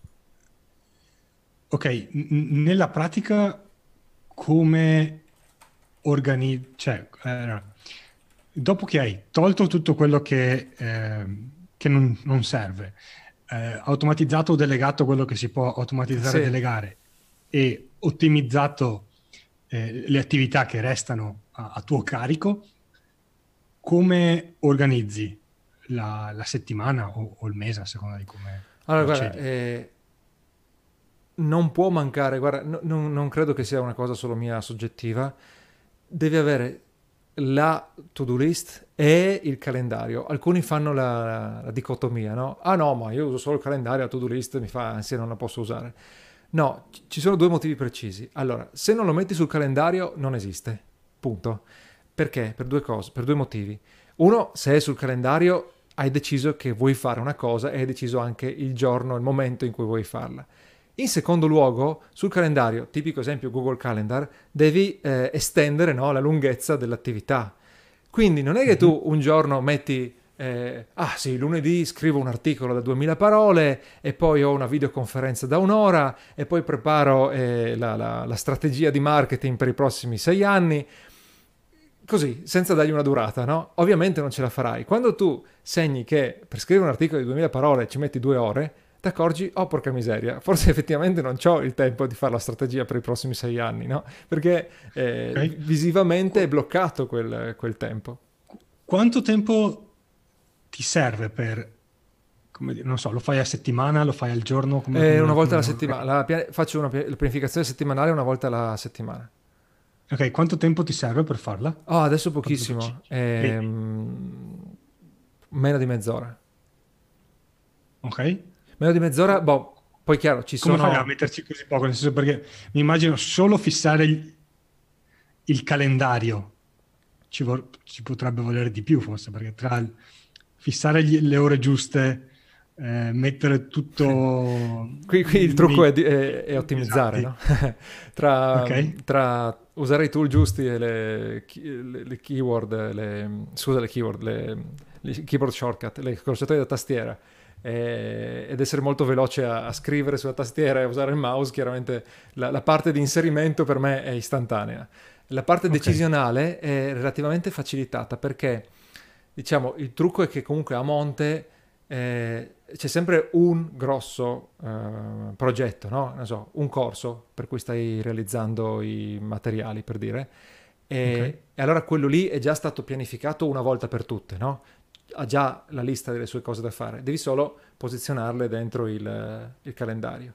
ok, n- n- nella pratica come organizzi... Cioè, eh, dopo che hai tolto tutto quello che, ehm, che non, non serve, eh, automatizzato o delegato quello che si può automatizzare e Sì, delegare e ottimizzato eh, le attività che restano a, a tuo carico, come organizzi la, la settimana o, o il mese, a seconda di come Allora, guarda, procedi. eh, non può mancare, guarda, no- non non credo che sia una cosa solo mia soggettiva, devi avere la to-do list e il calendario. Alcuni fanno la, la dicotomia, no? Ah no, ma io uso solo il calendario, la to-do list mi fa ansia, non la posso usare. No, ci ci sono due motivi precisi. Allora, se non lo metti sul calendario, non esiste. Punto. Perché? Per due cose, per due motivi. Uno, se è sul calendario, hai deciso che vuoi fare una cosa e hai deciso anche il giorno, il momento in cui vuoi farla. In secondo luogo, sul calendario, tipico esempio Google Calendar, devi eh, estendere, no, la lunghezza dell'attività. Quindi non è che Mhm. tu un giorno metti, eh, ah sì, lunedì scrivo un articolo da duemila parole e poi ho una videoconferenza da un'ora e poi preparo eh, la, la- la strategia di marketing per i prossimi sei anni, così, senza dargli una durata, no? Ovviamente non ce la farai. Quando tu segni che per scrivere un articolo di duemila parole ci metti due ore, ti accorgi, oh porca miseria, forse effettivamente non ho il tempo di fare la strategia per i prossimi sei anni, no? Perché Ok. eh, visivamente è Qu- bloccato quel, quel tempo. Quanto tempo ti serve per, come dire, non so, lo fai a settimana, lo fai al giorno, come, Eh, una come, volta come alla lo settimana, organizzi? la pia- faccio una pia- la pianificazione settimanale una volta alla settimana. Ok, quanto tempo ti serve per farla? Oh, adesso Quanto tempo ci, pochissimo, ci dedichi? ehm, meno di mezz'ora. Ok? Meno di mezz'ora, boh, poi chiaro, ci Come fai a sono... metterci così poco? Nel senso, perché mi immagino solo fissare il, il calendario ci, vor- ci potrebbe volere di più, forse, perché tra il- fissare gli- le ore giuste, eh, mettere tutto Qui, qui il trucco nei è, di- è- è tempi ottimizzare, esatti. no? tra, Ok? tra usare i tool giusti e le, chi- le- le keyword, le, scusa, le keyword, le, le keyboard shortcut, le crociatoie da tastiera, e- ed essere molto veloce a, a scrivere sulla tastiera e usare il mouse, chiaramente la, la parte di inserimento per me è istantanea. La parte Ok. decisionale è relativamente facilitata perché, diciamo, il trucco è che comunque a monte eh, c'è sempre un grosso eh, progetto, no? Non so, un corso per cui stai realizzando i materiali, per dire, Ok. e, e allora quello lì è già stato pianificato una volta per tutte, no? Ha già la lista delle sue cose da fare, devi solo posizionarle dentro il, il calendario.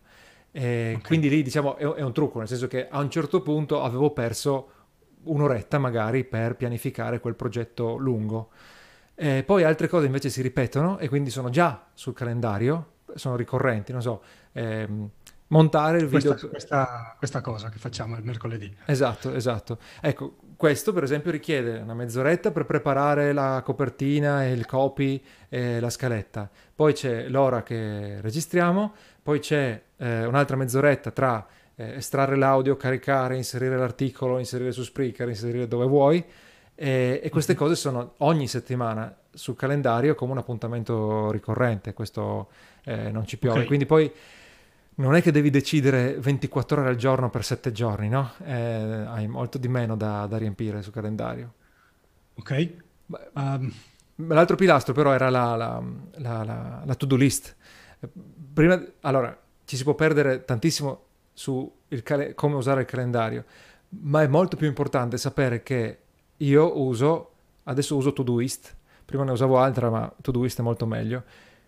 E Ok. quindi lì, diciamo, è, è un trucco, nel senso che a un certo punto avevo perso un'oretta magari per pianificare quel progetto lungo. Eh, poi altre cose invece si ripetono e quindi sono già sul calendario, sono ricorrenti, non so, ehm, montare il Questa, video. questa, questa cosa che facciamo il mercoledì. Esatto, esatto. Ecco, questo per esempio richiede una mezz'oretta per preparare la copertina e il copy e la scaletta. Poi c'è l'ora che registriamo, poi c'è eh, un'altra mezz'oretta tra eh, estrarre l'audio, caricare, inserire l'articolo, inserire su Spreaker, inserire dove vuoi. E, e queste Mhm. cose sono ogni settimana sul calendario come un appuntamento ricorrente. Questo eh, non ci Ok. piove. Quindi poi non è che devi decidere ventiquattro ore al giorno per sette giorni, no? Eh, hai molto di meno da, da riempire sul calendario. Ok. Beh, Um, l'altro pilastro però era la, la- la- la- la to-do list. Eh, Prima, allora, ci si può perdere tantissimo su il cale- come usare il calendario, ma è molto più importante sapere che io uso, adesso uso Todoist, prima ne usavo altra, ma Todoist è molto meglio,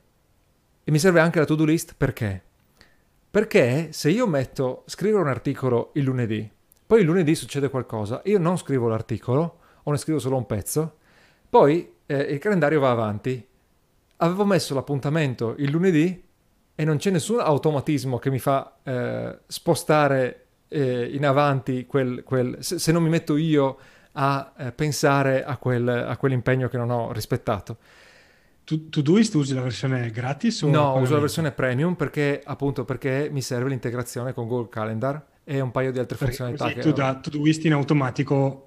e mi serve anche la to-do list perché? Perché se io metto scrivere un articolo il lunedì, poi il lunedì succede qualcosa, io non scrivo l'articolo o ne scrivo solo un pezzo, poi eh, il calendario va avanti. Avevo messo l'appuntamento il lunedì e non c'è nessun automatismo che mi fa eh, spostare eh, in avanti quel, quel- se, se non mi metto io a eh, pensare a, quel, a quell'impegno che non ho rispettato. tu, Todoist usi la versione gratis o a No, uso la pagamento? versione premium perché appunto perché mi serve l'integrazione con Google Calendar e un paio di altre Perché funzionalità così che tu ho. da Todoist in automatico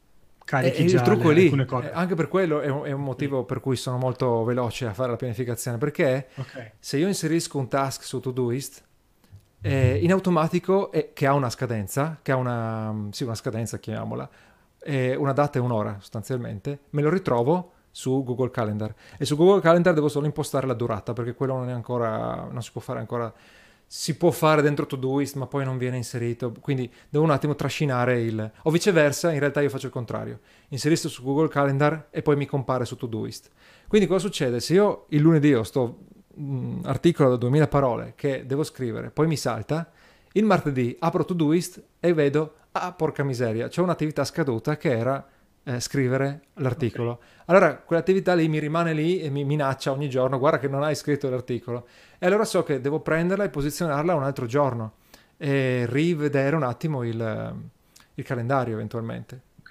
E, e carichi il già trucco le- è alcune lì, Eh, cose. anche per quello è un, è un Sì. motivo per cui sono molto veloce a fare la pianificazione, perché Ok. se io inserisco un task su Todoist, eh, in automatico, eh, che ha una scadenza, che ha una, sì, una scadenza, chiamiamola, eh, una data e un'ora sostanzialmente, me lo ritrovo su Google Calendar. E su Google Calendar devo solo impostare la durata, perché quello non è ancora, non si può fare ancora si può fare dentro Todoist ma poi non viene inserito, quindi devo un attimo trascinare il... o viceversa, in realtà io faccio il contrario, inserisco su Google Calendar e poi mi compare su Todoist. Quindi cosa succede? Se io il lunedì ho sto mh, articolo da duemila parole che devo scrivere, poi mi salta, il martedì apro Todoist e vedo, ah porca miseria, c'è un'attività scaduta che era eh, scrivere l'articolo. Ok. Allora quell'attività lì mi rimane lì e mi minaccia ogni giorno, guarda che non hai scritto l'articolo. E allora so che devo prenderla e posizionarla un altro giorno e rivedere un attimo il, il calendario eventualmente. Ok.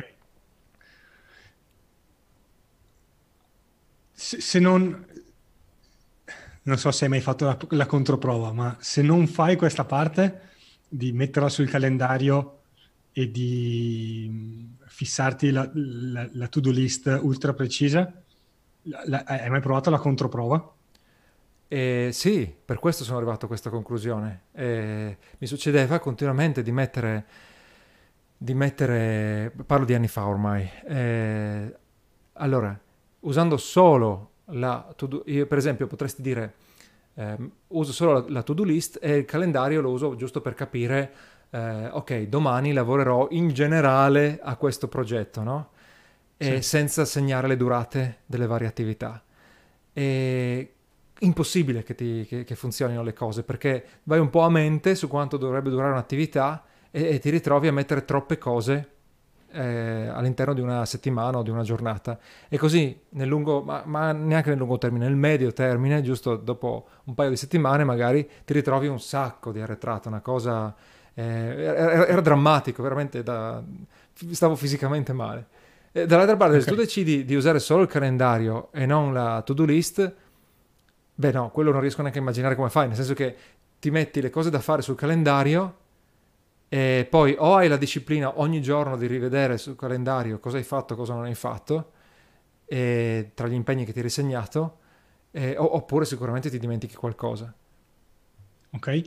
Se, se non, non so se hai mai fatto la, la controprova, ma se non fai questa parte di metterla sul calendario e di mh, fissarti la, la- la to-do list ultra precisa, la- la- hai mai provato la controprova? E sì, per questo sono arrivato a questa conclusione. E mi succedeva continuamente di mettere, di mettere, parlo di anni fa ormai, eh, allora, usando solo la to-do, io per esempio potresti dire, ehm, uso solo la, la to-do list e il calendario lo uso giusto per capire, eh, ok, domani lavorerò in generale a questo progetto, no? Sì, E senza segnare le durate delle varie attività. È impossibile che, ti, che, che funzionino le cose perché vai un po' a mente su quanto dovrebbe durare un'attività e, e ti ritrovi a mettere troppe cose eh, all'interno di una settimana o di una giornata. E così nel lungo, ma, ma neanche nel lungo termine, nel medio termine, giusto dopo un paio di settimane, magari ti ritrovi un sacco di arretrato, una cosa. Eh, era, era drammatico, veramente da, stavo fisicamente male. E dall'altra parte, se ok. tu decidi di usare solo il calendario e non la to-do list, beh no, quello non riesco neanche a immaginare come fai, nel senso che ti metti le cose da fare sul calendario e poi o hai la disciplina ogni giorno di rivedere sul calendario cosa hai fatto, cosa non hai fatto, e tra gli impegni che ti hai risegnato, e- o- oppure sicuramente ti dimentichi qualcosa. Ok. Eh,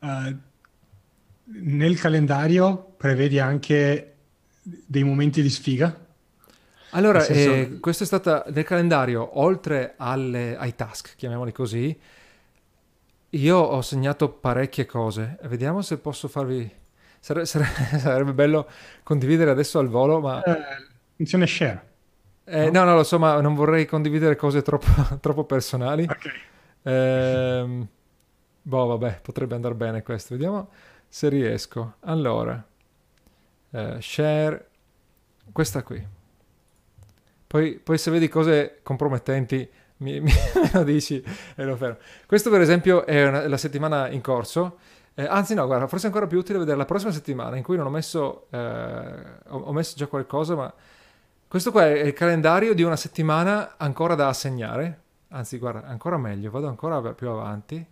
nel calendario prevedi anche dei momenti di sfiga, nel Allora, senso, eh, questo è stato nel calendario, oltre alle- ai task, chiamiamoli così, io ho segnato parecchie cose. Vediamo se posso farvi... sare- sare- Sarebbe bello condividere adesso al volo, ma... eh, funzione share, eh, no, no? no, lo so, ma non vorrei condividere cose troppo, troppo personali. Ok. Ehm, boh, vabbè, potrebbe andare bene questo. Vediamo se riesco. Allora, eh, share, questa qui. Poi, poi se vedi cose compromettenti mi, mi- me lo dici e lo fermo. Questo per esempio è una- la settimana in corso. Eh, anzi no, guarda, forse è ancora più utile vedere la prossima settimana in cui non ho messo, eh, ho, ho messo già qualcosa, ma questo qua è il calendario di una settimana ancora da assegnare. Anzi, guarda, ancora meglio, vado ancora più avanti.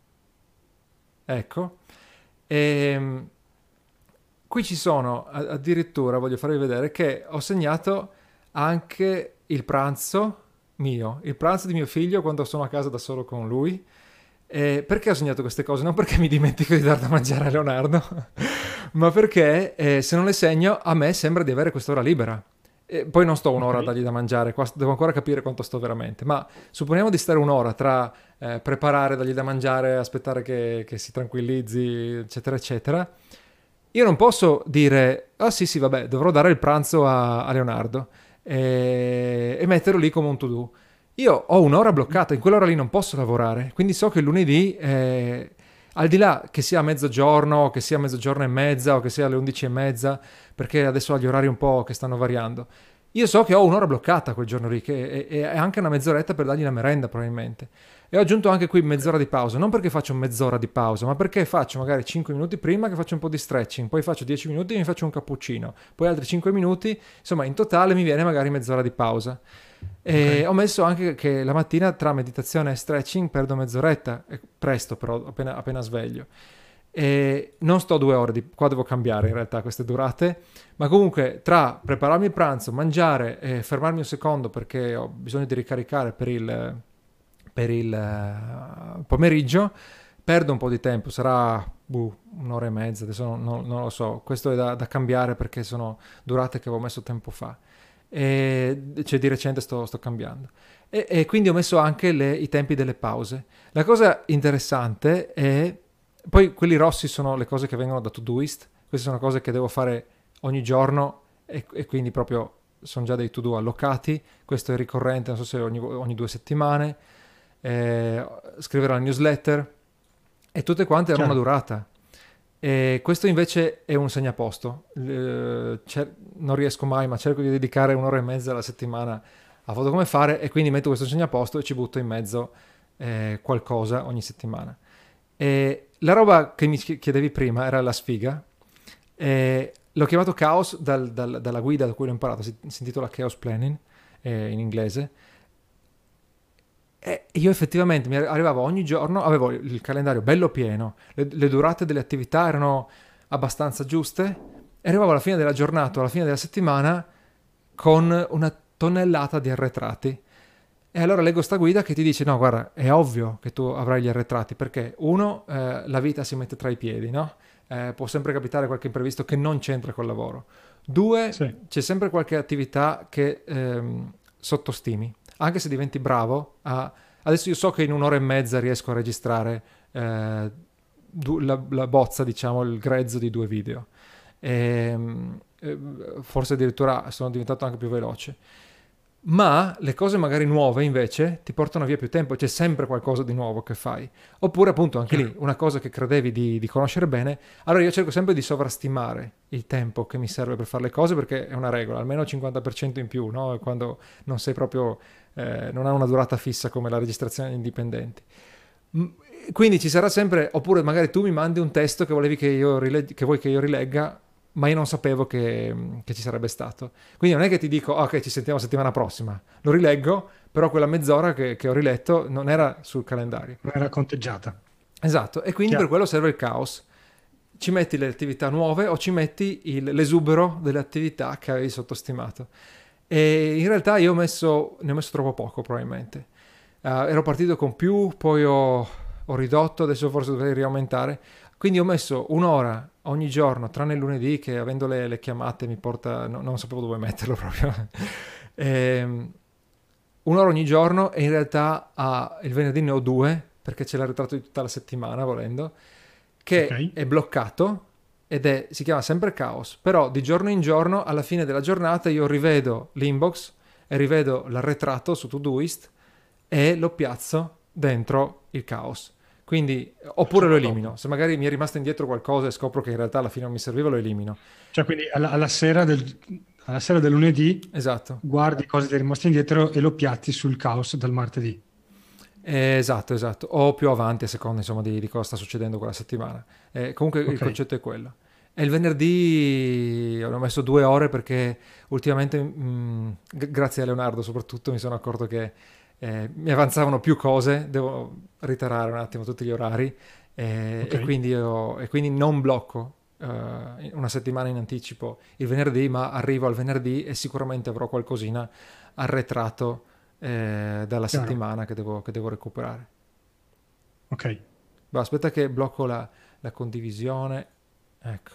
Ecco. E, qui ci sono, a- addirittura, voglio farvi vedere che ho segnato anche il pranzo mio, il pranzo di mio figlio quando sono a casa da solo con lui. Eh, perché ho segnato queste cose? Non perché mi dimentico di dar da mangiare a Leonardo, ma perché eh, se non le segno a me sembra di avere quest'ora libera. E poi non sto Ok. un'ora a dargli da mangiare, qua devo ancora capire quanto sto veramente, ma supponiamo di stare un'ora tra eh, preparare, dargli da mangiare, aspettare che, che si tranquillizzi, eccetera, eccetera. Io non posso dire, ah sì sì, vabbè, dovrò dare il pranzo a, a Leonardo e, e metterlo lì come un to-do. Io ho un'ora bloccata, in quell'ora lì non posso lavorare, quindi so che il lunedì, eh, al di là che sia mezzogiorno, che sia mezzogiorno e mezza o che sia alle undici e mezza, perché adesso ho gli orari un po' che stanno variando, io so che ho un'ora bloccata quel giorno lì, che è, è anche una mezz'oretta per dargli la merenda probabilmente. E ho aggiunto anche qui mezz'ora di pausa, non perché faccio mezz'ora di pausa, ma perché faccio magari cinque minuti prima che faccio un po' di stretching, poi faccio dieci minuti e mi faccio un cappuccino, poi altri cinque minuti, insomma in totale mi viene magari mezz'ora di pausa. Ok. E ho messo anche che la mattina tra meditazione e stretching perdo mezz'oretta, è presto però, appena, appena sveglio. E non sto due ore, di, qua devo cambiare in realtà queste durate, ma comunque tra prepararmi il pranzo, mangiare e fermarmi un secondo perché ho bisogno di ricaricare per il, per il eh, pomeriggio, perdo un po' di tempo, sarà buh, un'ora e mezza, adesso non, non- non lo so, questo è da, da cambiare perché sono durate che avevo messo tempo fa, e cioè di recente sto, sto cambiando. E, e quindi ho messo anche le- i tempi delle pause. La cosa interessante è poi quelli rossi sono le cose che vengono da Todoist, queste sono cose che devo fare ogni giorno e, e quindi proprio sono già dei to-do allocati. Questo è ricorrente, non so se ogni, ogni due settimane, eh, scrivere la newsletter, e tutte quante hanno una Chiaro. durata. E questo invece è un segnaposto. Eh, cer- non riesco mai, ma cerco di dedicare un'ora e mezza alla settimana a foto come fare, e quindi metto questo segnaposto e ci butto in mezzo eh, qualcosa ogni settimana. E la roba che mi chiedevi prima era la sfiga. E l'ho chiamato Chaos dal- dal- dalla guida da cui l'ho imparato, si, si intitola Chaos Planning eh, in inglese. E io effettivamente mi arrivavo ogni giorno, avevo il calendario bello pieno, le, le durate delle attività erano abbastanza giuste, e arrivavo alla fine della giornata, alla fine della settimana, con una tonnellata di arretrati. E allora leggo sta guida che ti dice: no, guarda, è ovvio che tu avrai gli arretrati, perché uno, eh, la vita si mette tra i piedi, no? Eh, può sempre capitare qualche imprevisto che non c'entra col lavoro. Due, Sì. c'è sempre qualche attività che ehm, sottostimi, anche se diventi bravo a... Adesso io so che in un'ora e mezza riesco a registrare eh, du- la, la bozza, diciamo, il grezzo di due video. E, eh, forse addirittura sono diventato anche più veloce. Ma le cose magari nuove invece ti portano via più tempo, c'è sempre qualcosa di nuovo che fai. Oppure appunto anche lì Chiaro. una cosa che credevi di, di conoscere bene, allora io cerco sempre di sovrastimare il tempo che mi serve per fare le cose, perché è una regola, almeno il cinquanta per cento in più, no? Quando non sei proprio, eh, non ha una durata fissa come la registrazione indipendenti. Mm, Quindi ci sarà sempre, oppure magari tu mi mandi un testo che volevi che io rileg- che vuoi che io rilegga, ma io non sapevo che, che ci sarebbe stato. Quindi non è che ti dico: "Ah, ok, ci sentiamo settimana prossima." Lo rileggo, però quella mezz'ora che, che ho riletto non era sul calendario. Non era conteggiata. Esatto, e quindi per Chiaro. quello serve il caos. Ci metti le attività nuove o ci metti il- l'esubero delle attività che avevi sottostimato. E in realtà io ho messo, ne ho messo troppo poco, probabilmente. Eh, ero partito con più, poi ho, ho ridotto, adesso forse dovrei riaumentare. Quindi ho messo un'ora ogni giorno, tranne il lunedì, che avendo le, le chiamate mi porta... no- non sapevo dove metterlo proprio. Ehm, un'ora ogni giorno, e in realtà ah, il venerdì ne ho due, perché c'è l'arretrato di tutta la settimana, volendo, Ok. che è bloccato, ed è, si chiama sempre Caos, però di giorno in giorno, alla fine della giornata, io rivedo l'inbox e rivedo l'arretrato su Todoist e lo piazzo dentro il Caos. Quindi, Il oppure lo giorno elimino. dopo. Se magari mi è rimasto indietro qualcosa e scopro che in realtà alla fine non mi serviva, lo elimino. Cioè, quindi alla, alla sera del, alla sera del lunedì Esatto. guardi cosa ti è rimasto indietro e lo piazzi sul caos del martedì. Eh, esatto, esatto. O più avanti, a seconda insomma di, di cosa sta succedendo quella settimana. Eh, comunque il Ok. concetto è quello. E il venerdì ho messo due ore perché ultimamente, mh, g- grazie a Leonardo soprattutto, mi sono accorto che eh, mi avanzavano più cose, devo ritarare un attimo tutti gli orari, eh, Ok. e quindi, ho- e quindi non blocco eh, una settimana in anticipo il venerdì, ma arrivo al venerdì e sicuramente avrò qualcosina arretrato eh, dalla Chiaro. settimana che devo, che devo recuperare. Ok. Boh, aspetta che blocco la, la condivisione. Ecco.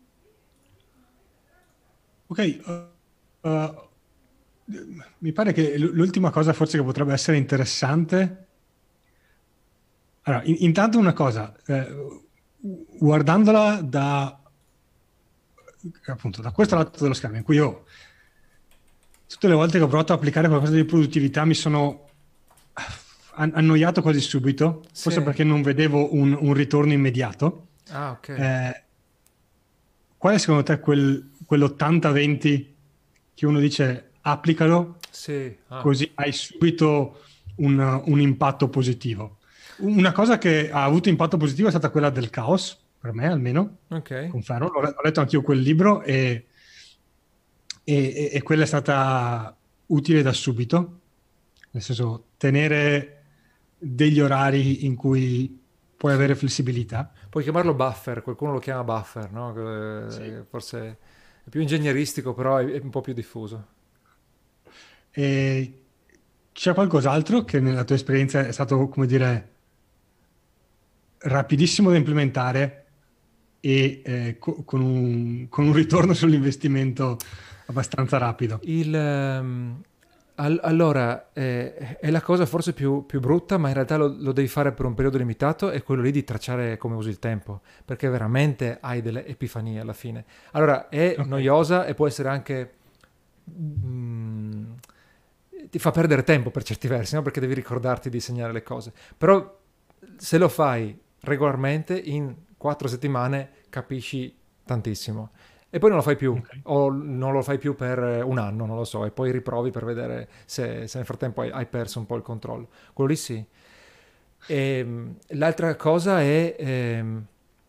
Ok. uh, uh, mi pare che l- l'ultima cosa forse che potrebbe essere interessante. Allora, in- intanto una cosa, eh, guardandola da, appunto, da questo lato dello schermo, in cui io tutte le volte che ho provato a applicare qualcosa di produttività mi sono an- annoiato quasi subito, forse Sì. perché non vedevo un, un ritorno immediato. Ah, ok. Eh, qual è secondo te quel, quell'ottanta venti che uno dice applicalo, Sì. Ah, così hai subito un, un impatto positivo? Una cosa che ha avuto impatto positivo è stata quella del caos, per me almeno, ok. confermo. Ho ho letto anch'io quel libro e, e- e quella è stata utile da subito, nel senso tenere degli orari in cui puoi Sì. avere flessibilità. Puoi chiamarlo buffer, qualcuno lo chiama buffer, no? Sì. Eh, Forse è più ingegneristico, però è, è un po' più diffuso. E c'è qualcos'altro che nella tua esperienza è stato, come dire, rapidissimo da implementare e eh, co- con un, con un ritorno sull'investimento abbastanza rapido? Il, ehm, Al- allora, eh, è la cosa forse più, più brutta, ma in realtà lo, lo devi fare per un periodo limitato, è quello lì di tracciare come usi il tempo, perché veramente hai delle epifanie alla fine. Allora, è Ok. noiosa e può essere anche... mm, ti fa perdere tempo per certi versi, no? Perché devi ricordarti di segnare le cose. Però se lo fai regolarmente, in quattro settimane capisci tantissimo. E poi non lo fai più, Ok. o non lo fai più per eh, un anno, non lo so, e poi riprovi per vedere se, se nel frattempo hai, hai perso un po' il controllo. Quello lì sì. E, l'altra cosa è, ehm,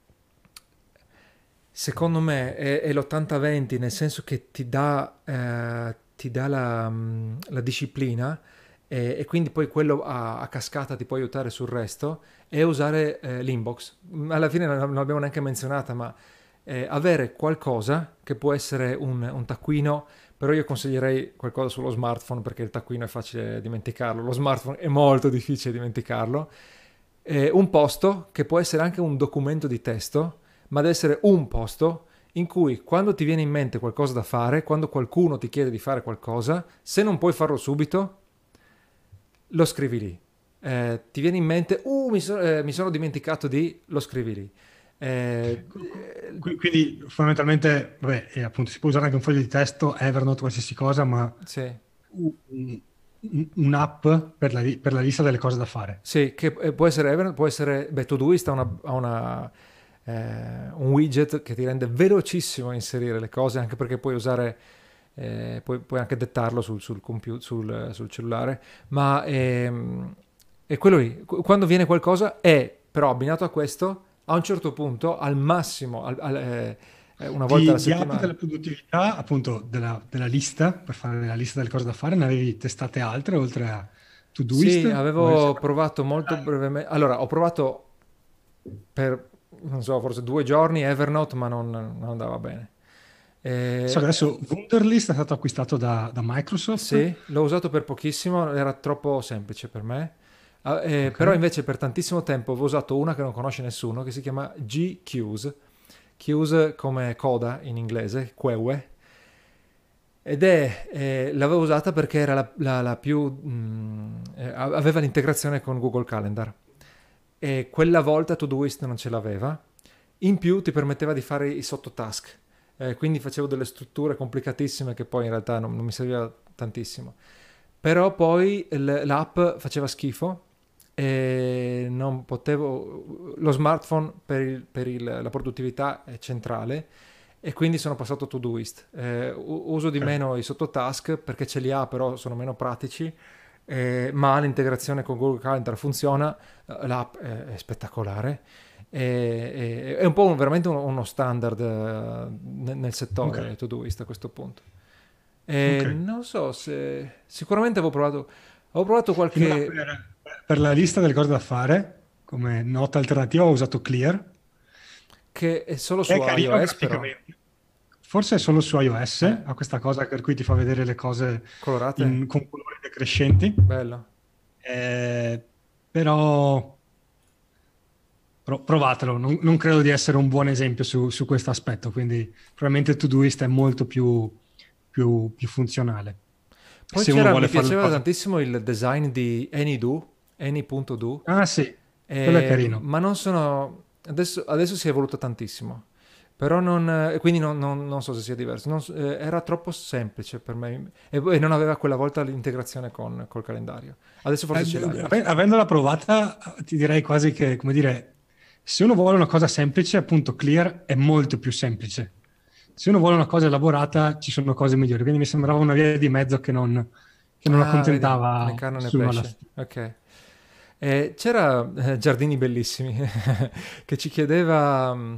secondo me, è, è l'ottanta venti, nel senso che ti dà, eh, ti dà la, mm, la disciplina e, e quindi poi quello a, a cascata ti può aiutare sul resto, e usare eh, l'inbox. Alla fine non non l'abbiamo neanche menzionata, ma eh, avere qualcosa che può essere un, un taccuino, però io consiglierei qualcosa sullo smartphone perché il taccuino è facile dimenticarlo, lo smartphone è molto difficile dimenticarlo. Eh, un posto che può essere anche un documento di testo, ma deve essere un posto in cui quando ti viene in mente qualcosa da fare, quando qualcuno ti chiede di fare qualcosa, se non puoi farlo subito, lo scrivi lì. Eh, ti viene in mente, uh, mi, so- eh, mi sono dimenticato di, lo scrivi lì. Eh, Qu- eh, qu- Quindi fondamentalmente, vabbè, e appunto si può usare anche un foglio di testo, Evernote, qualsiasi cosa, ma sì. un- un- un'app per la, li- per la lista delle cose da fare. Sì, che eh, può essere Evernote, può essere, beh, Todoist ha, una, ha una, eh, un widget che ti rende velocissimo inserire le cose, anche perché puoi usare, eh, puoi, puoi anche dettarlo sul, sul, computer, sul, sul cellulare, ma ehm, è quello lì. Qu- Quando viene qualcosa è, però abbinato a questo, a un certo punto, al massimo, al- al- eh, eh, una volta alla Di, di app della settimana. produttività, appunto della, della lista, per fare la lista delle cose da fare, ne avevi testate altre oltre a Sì, Todoist? O eri avevo sempre- provato molto brevemente. Allora, ho provato per, non so, forse due giorni Evernote, ma non, non andava bene. So che Eh, adesso Wunderlist è stato acquistato da, da Microsoft. sì, l'ho usato per pochissimo, era troppo semplice per me. Ah, eh, Ok. però invece per tantissimo tempo avevo usato una che non conosce nessuno, che si chiama G-Qs. Qs come coda in inglese, Queue. Ed è, eh, l'avevo usata perché era la, la- la più, mh, eh, aveva l'integrazione con Google Calendar. E quella volta Todoist non ce l'aveva. In più ti permetteva di fare i sottotask, eh, quindi facevo delle strutture complicatissime che poi in realtà non, non mi serviva tantissimo. Però poi l- l'app faceva schifo e non potevo... Lo smartphone per, il- per il- la produttività è centrale e quindi sono passato a Todoist. Eh, u- uso di Ok. meno i sottotask perché ce li ha, però sono meno pratici, eh, ma l'integrazione con Google Calendar funziona, eh, l'app è, è spettacolare. E- e- È un po' un- veramente uno, uno standard eh, nel, nel Ok. settore Todoist a questo punto. E Ok. non so se sicuramente avevo provato, avevo provato Finora qualche per, per la lista delle cose da fare, come nota alternativa, ho usato Clear, che è solo che su è carino iOS, però, graficamente. Forse è solo su iOS, eh, ha questa cosa per cui ti fa vedere le cose colorate, in- con colori decrescenti. bello. Eh, però pro- provatelo, non, non credo di essere un buon esempio su, su questo aspetto, quindi probabilmente Todoist è molto più, più, più funzionale. Poi Se uno c'era, vuole mi fare le piaceva cose... tantissimo il design di AnyDo, any.do, Ah sì, quello è eh, carino. ma non sono, adesso, adesso si è evoluto tantissimo. Però non, eh, quindi non, non- non so se sia diverso. Non so- eh, era troppo semplice per me e, e non aveva quella volta l'integrazione con, col calendario. Adesso Eh, forse ce l'ha ave- invece. Avendola provata, ti direi quasi che, come dire, se uno vuole una cosa semplice, appunto Clear è molto più semplice. Se uno vuole una cosa elaborata, ci sono cose migliori. Quindi mi sembrava una via di mezzo che non, che non Ah, vedi, né accontentava carne né nessuno alla pesce. fine. Ok. Eh, c'era eh, Giardini Bellissimi che ci chiedeva mh,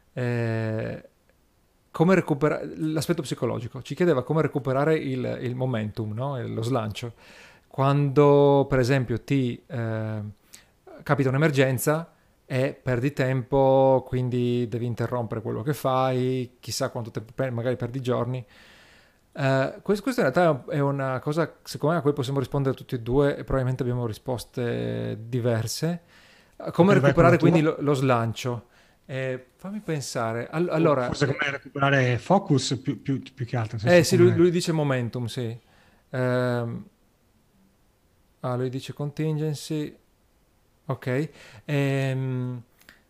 eh, come recuperare l'aspetto psicologico, ci chiedeva come recuperare il, il momentum, no? E lo slancio. Quando, per esempio, ti eh, capita un'emergenza e perdi tempo, quindi devi interrompere quello che fai, chissà quanto tempo, per- magari perdi giorni. Eh, questo, questo in realtà è una cosa, secondo me, a cui possiamo rispondere tutti e due e probabilmente abbiamo risposte diverse. Eh, Come Vai, vai con la recuperare tua. quindi lo, lo slancio? Eh, fammi pensare. All- O allora, forse eh, come recuperare focus più, più- più che altro, nel eh senso sì, lui, come... lui dice momentum, sì. Ehm, ah, lui dice contingency. Ok. Ehm,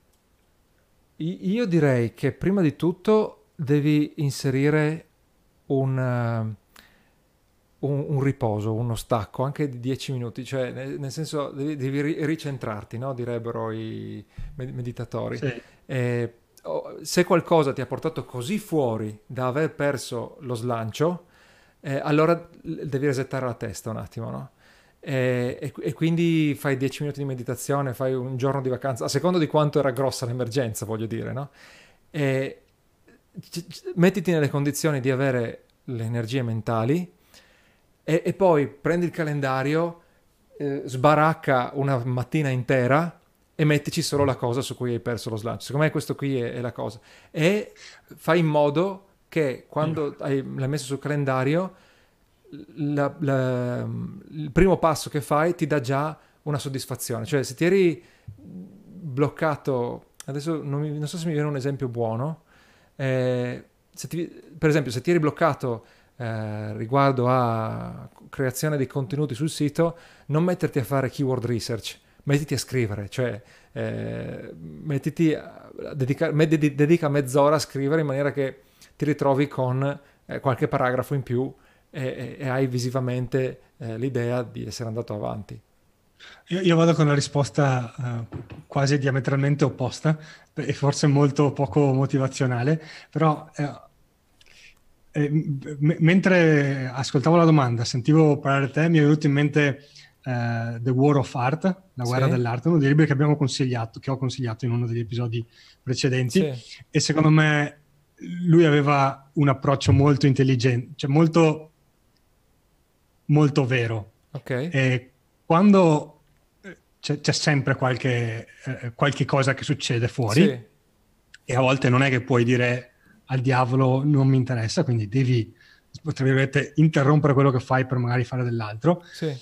i- io direi che prima di tutto devi inserire un, eh, un, un riposo, uno stacco anche di dieci minuti, cioè nel, nel senso devi, devi ri- ricentrarti, no? Direbbero i med- meditatori. Sì. E, oh, se qualcosa ti ha portato così fuori da aver perso lo slancio, eh, allora l- devi resettare la testa un attimo, no? E, e- e quindi fai dieci minuti di meditazione, fai un giorno di vacanza, a seconda di quanto era grossa l'emergenza, voglio dire, no? E c- c- mettiti nelle condizioni di avere le energie mentali e, e poi prendi il calendario, eh, sbaracca una mattina intera e mettici solo la cosa su cui hai perso lo slancio. Secondo me questo qui è, è la cosa. E fai in modo che quando hai, l'hai messo sul calendario, la- la- il primo passo che fai ti dà già una soddisfazione. Cioè, se ti eri bloccato, adesso non, mi- non so se mi viene un esempio buono, eh, se ti- per esempio, se ti eri bloccato eh, riguardo a creazione di contenuti sul sito, non metterti a fare keyword research, mettiti a scrivere, cioè eh, mettiti a dedica, me- dedi- dedica mezz'ora a scrivere in maniera che ti ritrovi con eh, qualche paragrafo in più e, e- e hai visivamente eh, l'idea di essere andato avanti. Io, io vado con una risposta eh, quasi diametralmente opposta e forse molto poco motivazionale, però eh, eh, m- mentre ascoltavo la domanda, sentivo parlare te, mi è venuto in mente eh, The War of Art, La guerra Sì, dell'arte, uno dei libri che abbiamo consigliato, che ho consigliato in uno degli episodi precedenti, sì, e secondo me lui aveva un approccio molto intelligente, cioè molto, molto vero. ok, E quando eh, c'è, c'è sempre qualche, eh, qualche cosa che succede sì, fuori e a volte non è che puoi dire al diavolo non mi interessa, quindi devi, tra virgolette, interrompere quello che fai per magari fare dell'altro. sì,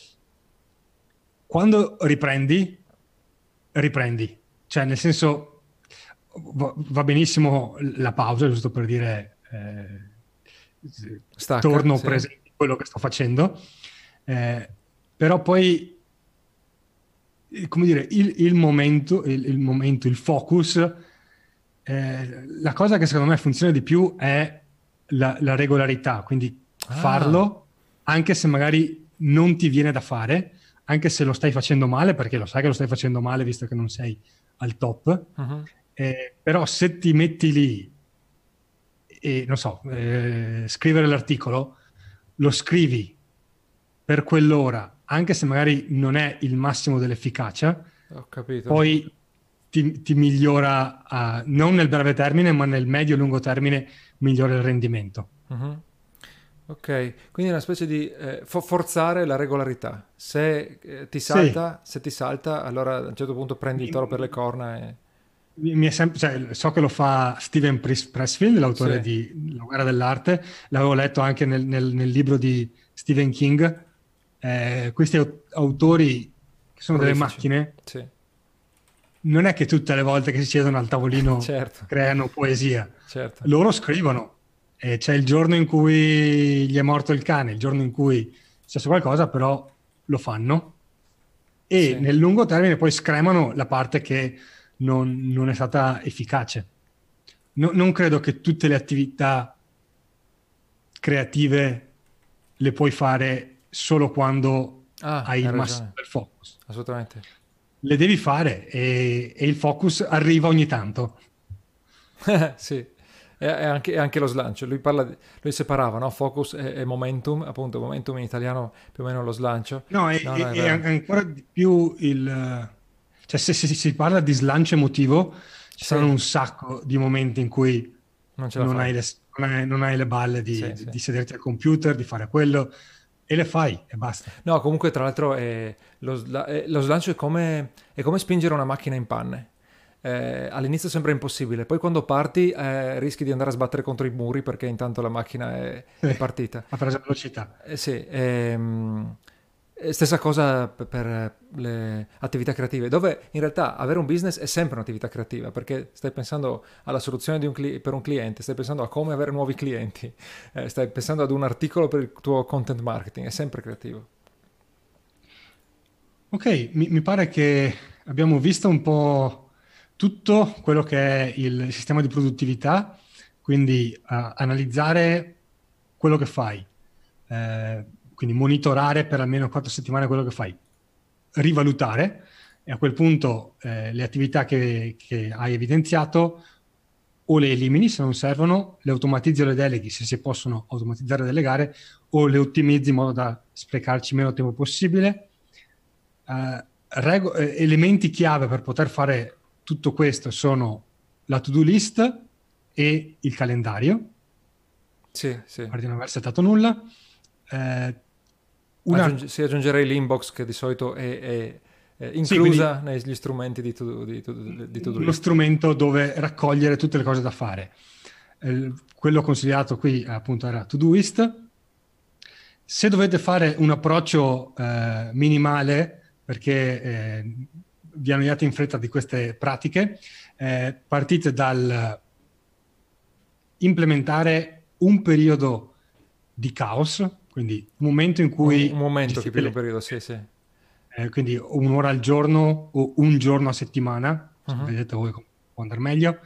Quando riprendi, riprendi. Cioè, nel senso, va, va benissimo la pausa, giusto per dire eh, stacca, torno sì, presente in quello che sto facendo, eh, però poi, eh, come dire, il, il momento, il, il momento, il focus, eh, la cosa che secondo me funziona di più è la, la regolarità, quindi ah, farlo anche se magari non ti viene da fare, anche se lo stai facendo male, perché lo sai che lo stai facendo male visto che non sei al top, mhm, eh, però se ti metti lì e, non so, eh, scrivere l'articolo, lo scrivi per quell'ora, anche se magari non è il massimo dell'efficacia, ho capito. poi ti, ti migliora, uh, non nel breve termine, ma nel medio e lungo termine, migliora il rendimento. Mhm. Ok, quindi una specie di eh, fo- forzare la regolarità. Se eh, ti Sì, salta, se ti salta, allora a un certo punto prendi il mi, toro per le corna e... mi- mi è sempre, cioè, so che lo fa Steven Pres- Pressfield, l'autore Sì, di La guerra dell'arte, l'avevo letto anche nel, nel- nel libro di Stephen King. Eh, questi au- autori che sono delle prolifici. macchine, Sì, non è che tutte le volte che si siedono al tavolino certo, creano poesia, certo. loro scrivono. E c'è il giorno in cui gli è morto il cane, il giorno in cui è successo qualcosa, però lo fanno. E Sì. nel lungo termine poi scremano la parte che non, non è stata efficace. No- non credo che tutte le attività creative le puoi fare solo quando Ah, hai hai il massimo ragione, del focus. assolutamente. Le devi fare e, e il focus arriva ogni tanto. Sì, e, e anche, e anche lo slancio. Lui, parla di- lui separava, no? Focus e, e momentum, appunto, momentum in italiano più o meno lo slancio. No, e, No, no, e- è e vero. ancora di più il... Cioè, se, se si parla di slancio emotivo, ci Sì, saranno un sacco di momenti in cui non ce la non fai. hai le, non hai- non hai le balle di, Sì, di- sì. di sederti al computer, di fare quello, e le fai e basta. No, comunque, tra l'altro, è- lo, sla- è- lo slancio è come, è come spingere una macchina in panne. Eh, all'inizio sembra impossibile, poi quando parti eh, rischi di andare a sbattere contro i muri perché intanto la macchina è, Sì, è partita. ha preso velocità. Eh, sì, ehm, Stessa cosa per le attività creative, dove in realtà avere un business è sempre un'attività creativa, perché stai pensando alla soluzione di un cli- per un cliente, stai pensando a come avere nuovi clienti, eh, stai pensando ad un articolo per il tuo content marketing, è sempre creativo. Ok, mi, mi pare che abbiamo visto un po' tutto quello che è il sistema di produttività, quindi uh, analizzare quello che fai, eh, quindi monitorare per almeno quattro settimane quello che fai, rivalutare e a quel punto eh, le attività che, che hai evidenziato o le elimini se non servono, le automatizzi o le deleghi se si possono automatizzare e delegare, o le ottimizzi in modo da sprecarci meno tempo possibile. Uh, rego- elementi chiave per poter fare tutto questo sono la to-do list e il calendario. Sì, sì. A parte di non aver settato nulla. Eh, una... Aggiunge, sì, aggiungerei l'inbox che di solito è, è, è inclusa sì, negli strumenti di to-do, di to-do, di to-do list. Uno strumento dove raccogliere tutte le cose da fare. Eh, quello consigliato qui appunto era Todoist. Se dovete fare un approccio eh, minimale, perché eh, vi annoiate in fretta di queste pratiche, eh, partite dal implementare un periodo di caos, quindi un momento in cui... Un, un momento che più le... un periodo, sì, sì. Eh, quindi un'ora al giorno o un giorno a settimana, uh-huh. Vedete voi come può andare meglio,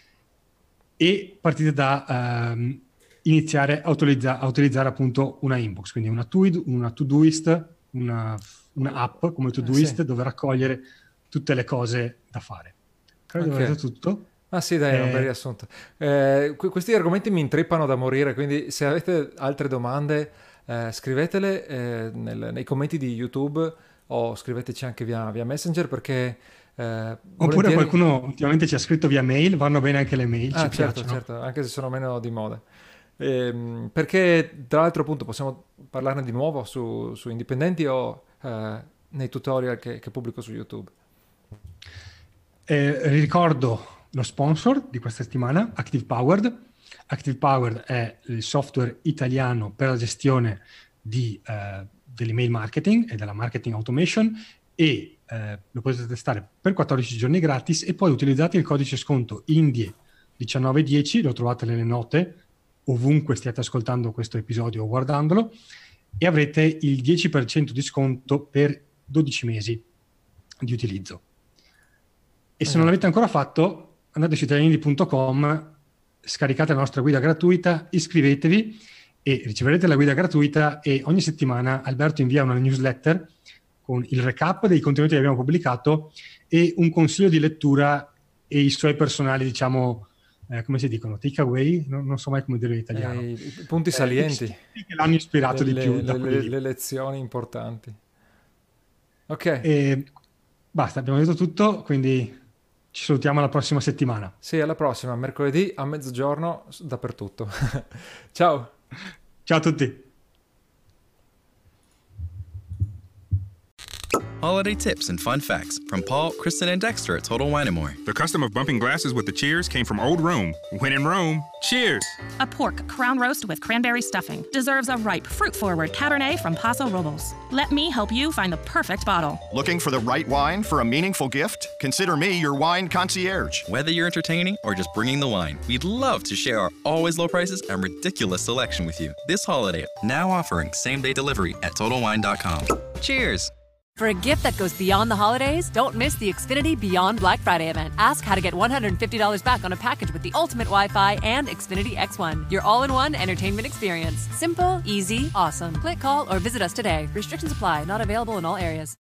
e partite da ehm, iniziare a, utilizza- a utilizzare appunto una inbox, quindi una, to- una Todoist, una, una app come Todoist, eh, sì. Dove raccogliere tutte le cose da fare. Credo okay. Di aver detto tutto. Ah sì, dai, è un bel riassunto. Eh, questi argomenti mi intrippano da morire, quindi se avete altre domande eh, scrivetele eh, nel, nei commenti di YouTube o scriveteci anche via, via Messenger, perché... Eh, Oppure volentieri... qualcuno ultimamente ci ha scritto via mail, vanno bene anche le mail, ah, ci certo, piacciono. certo, anche se sono meno di moda. Eh, perché tra l'altro appunto possiamo parlarne di nuovo su, su Indipendenti o eh, nei tutorial che, che pubblico su YouTube. Eh, ricordo lo sponsor di questa settimana, Active Powered. Active Powered è il software italiano per la gestione di, eh, dell'email marketing e della marketing automation, e eh, lo potete testare per quattordici giorni gratis, e poi utilizzate il codice sconto I N D I E diciannove dieci, lo trovate nelle note ovunque stiate ascoltando questo episodio o guardandolo, e avrete il dieci per cento di sconto per dodici mesi di utilizzo. E se non l'avete ancora fatto, andate su italianindi punto com, scaricate la nostra guida gratuita, iscrivetevi e riceverete la guida gratuita, e ogni settimana Alberto invia una newsletter con il recap dei contenuti che abbiamo pubblicato e un consiglio di lettura e i suoi personali, diciamo, eh, come si dicono, take away, non, non so mai come dire in italiano. Eh, I punti salienti. Eh, che l'hanno ispirato le, di più. Le, da le, le lezioni importanti. Ok. E basta, abbiamo detto tutto, quindi ci salutiamo alla prossima settimana. Sì, alla prossima, mercoledì a mezzogiorno dappertutto. Ciao. Ciao a tutti. Holiday tips and fun facts from Paul, Kristen, and Dexter at Total Wine and More. The custom of bumping glasses with the cheers came from old Rome. When in Rome, cheers! A pork crown roast with cranberry stuffing deserves a ripe, fruit-forward Cabernet from Paso Robles. Let me help you find the perfect bottle. Looking for the right wine for a meaningful gift? Consider me your wine concierge. Whether you're entertaining or just bringing the wine, we'd love to share our always low prices and ridiculous selection with you this holiday. Now offering same-day delivery at total wine dot com. Cheers! For a gift that goes beyond the holidays, don't miss the Xfinity Beyond Black Friday event. Ask how to get one hundred fifty dollars back on a package with the ultimate Wi-Fi and Xfinity X one. Your all-in-one entertainment experience. Simple, easy, awesome. Click, call, or visit us today. Restrictions apply. Not available in all areas.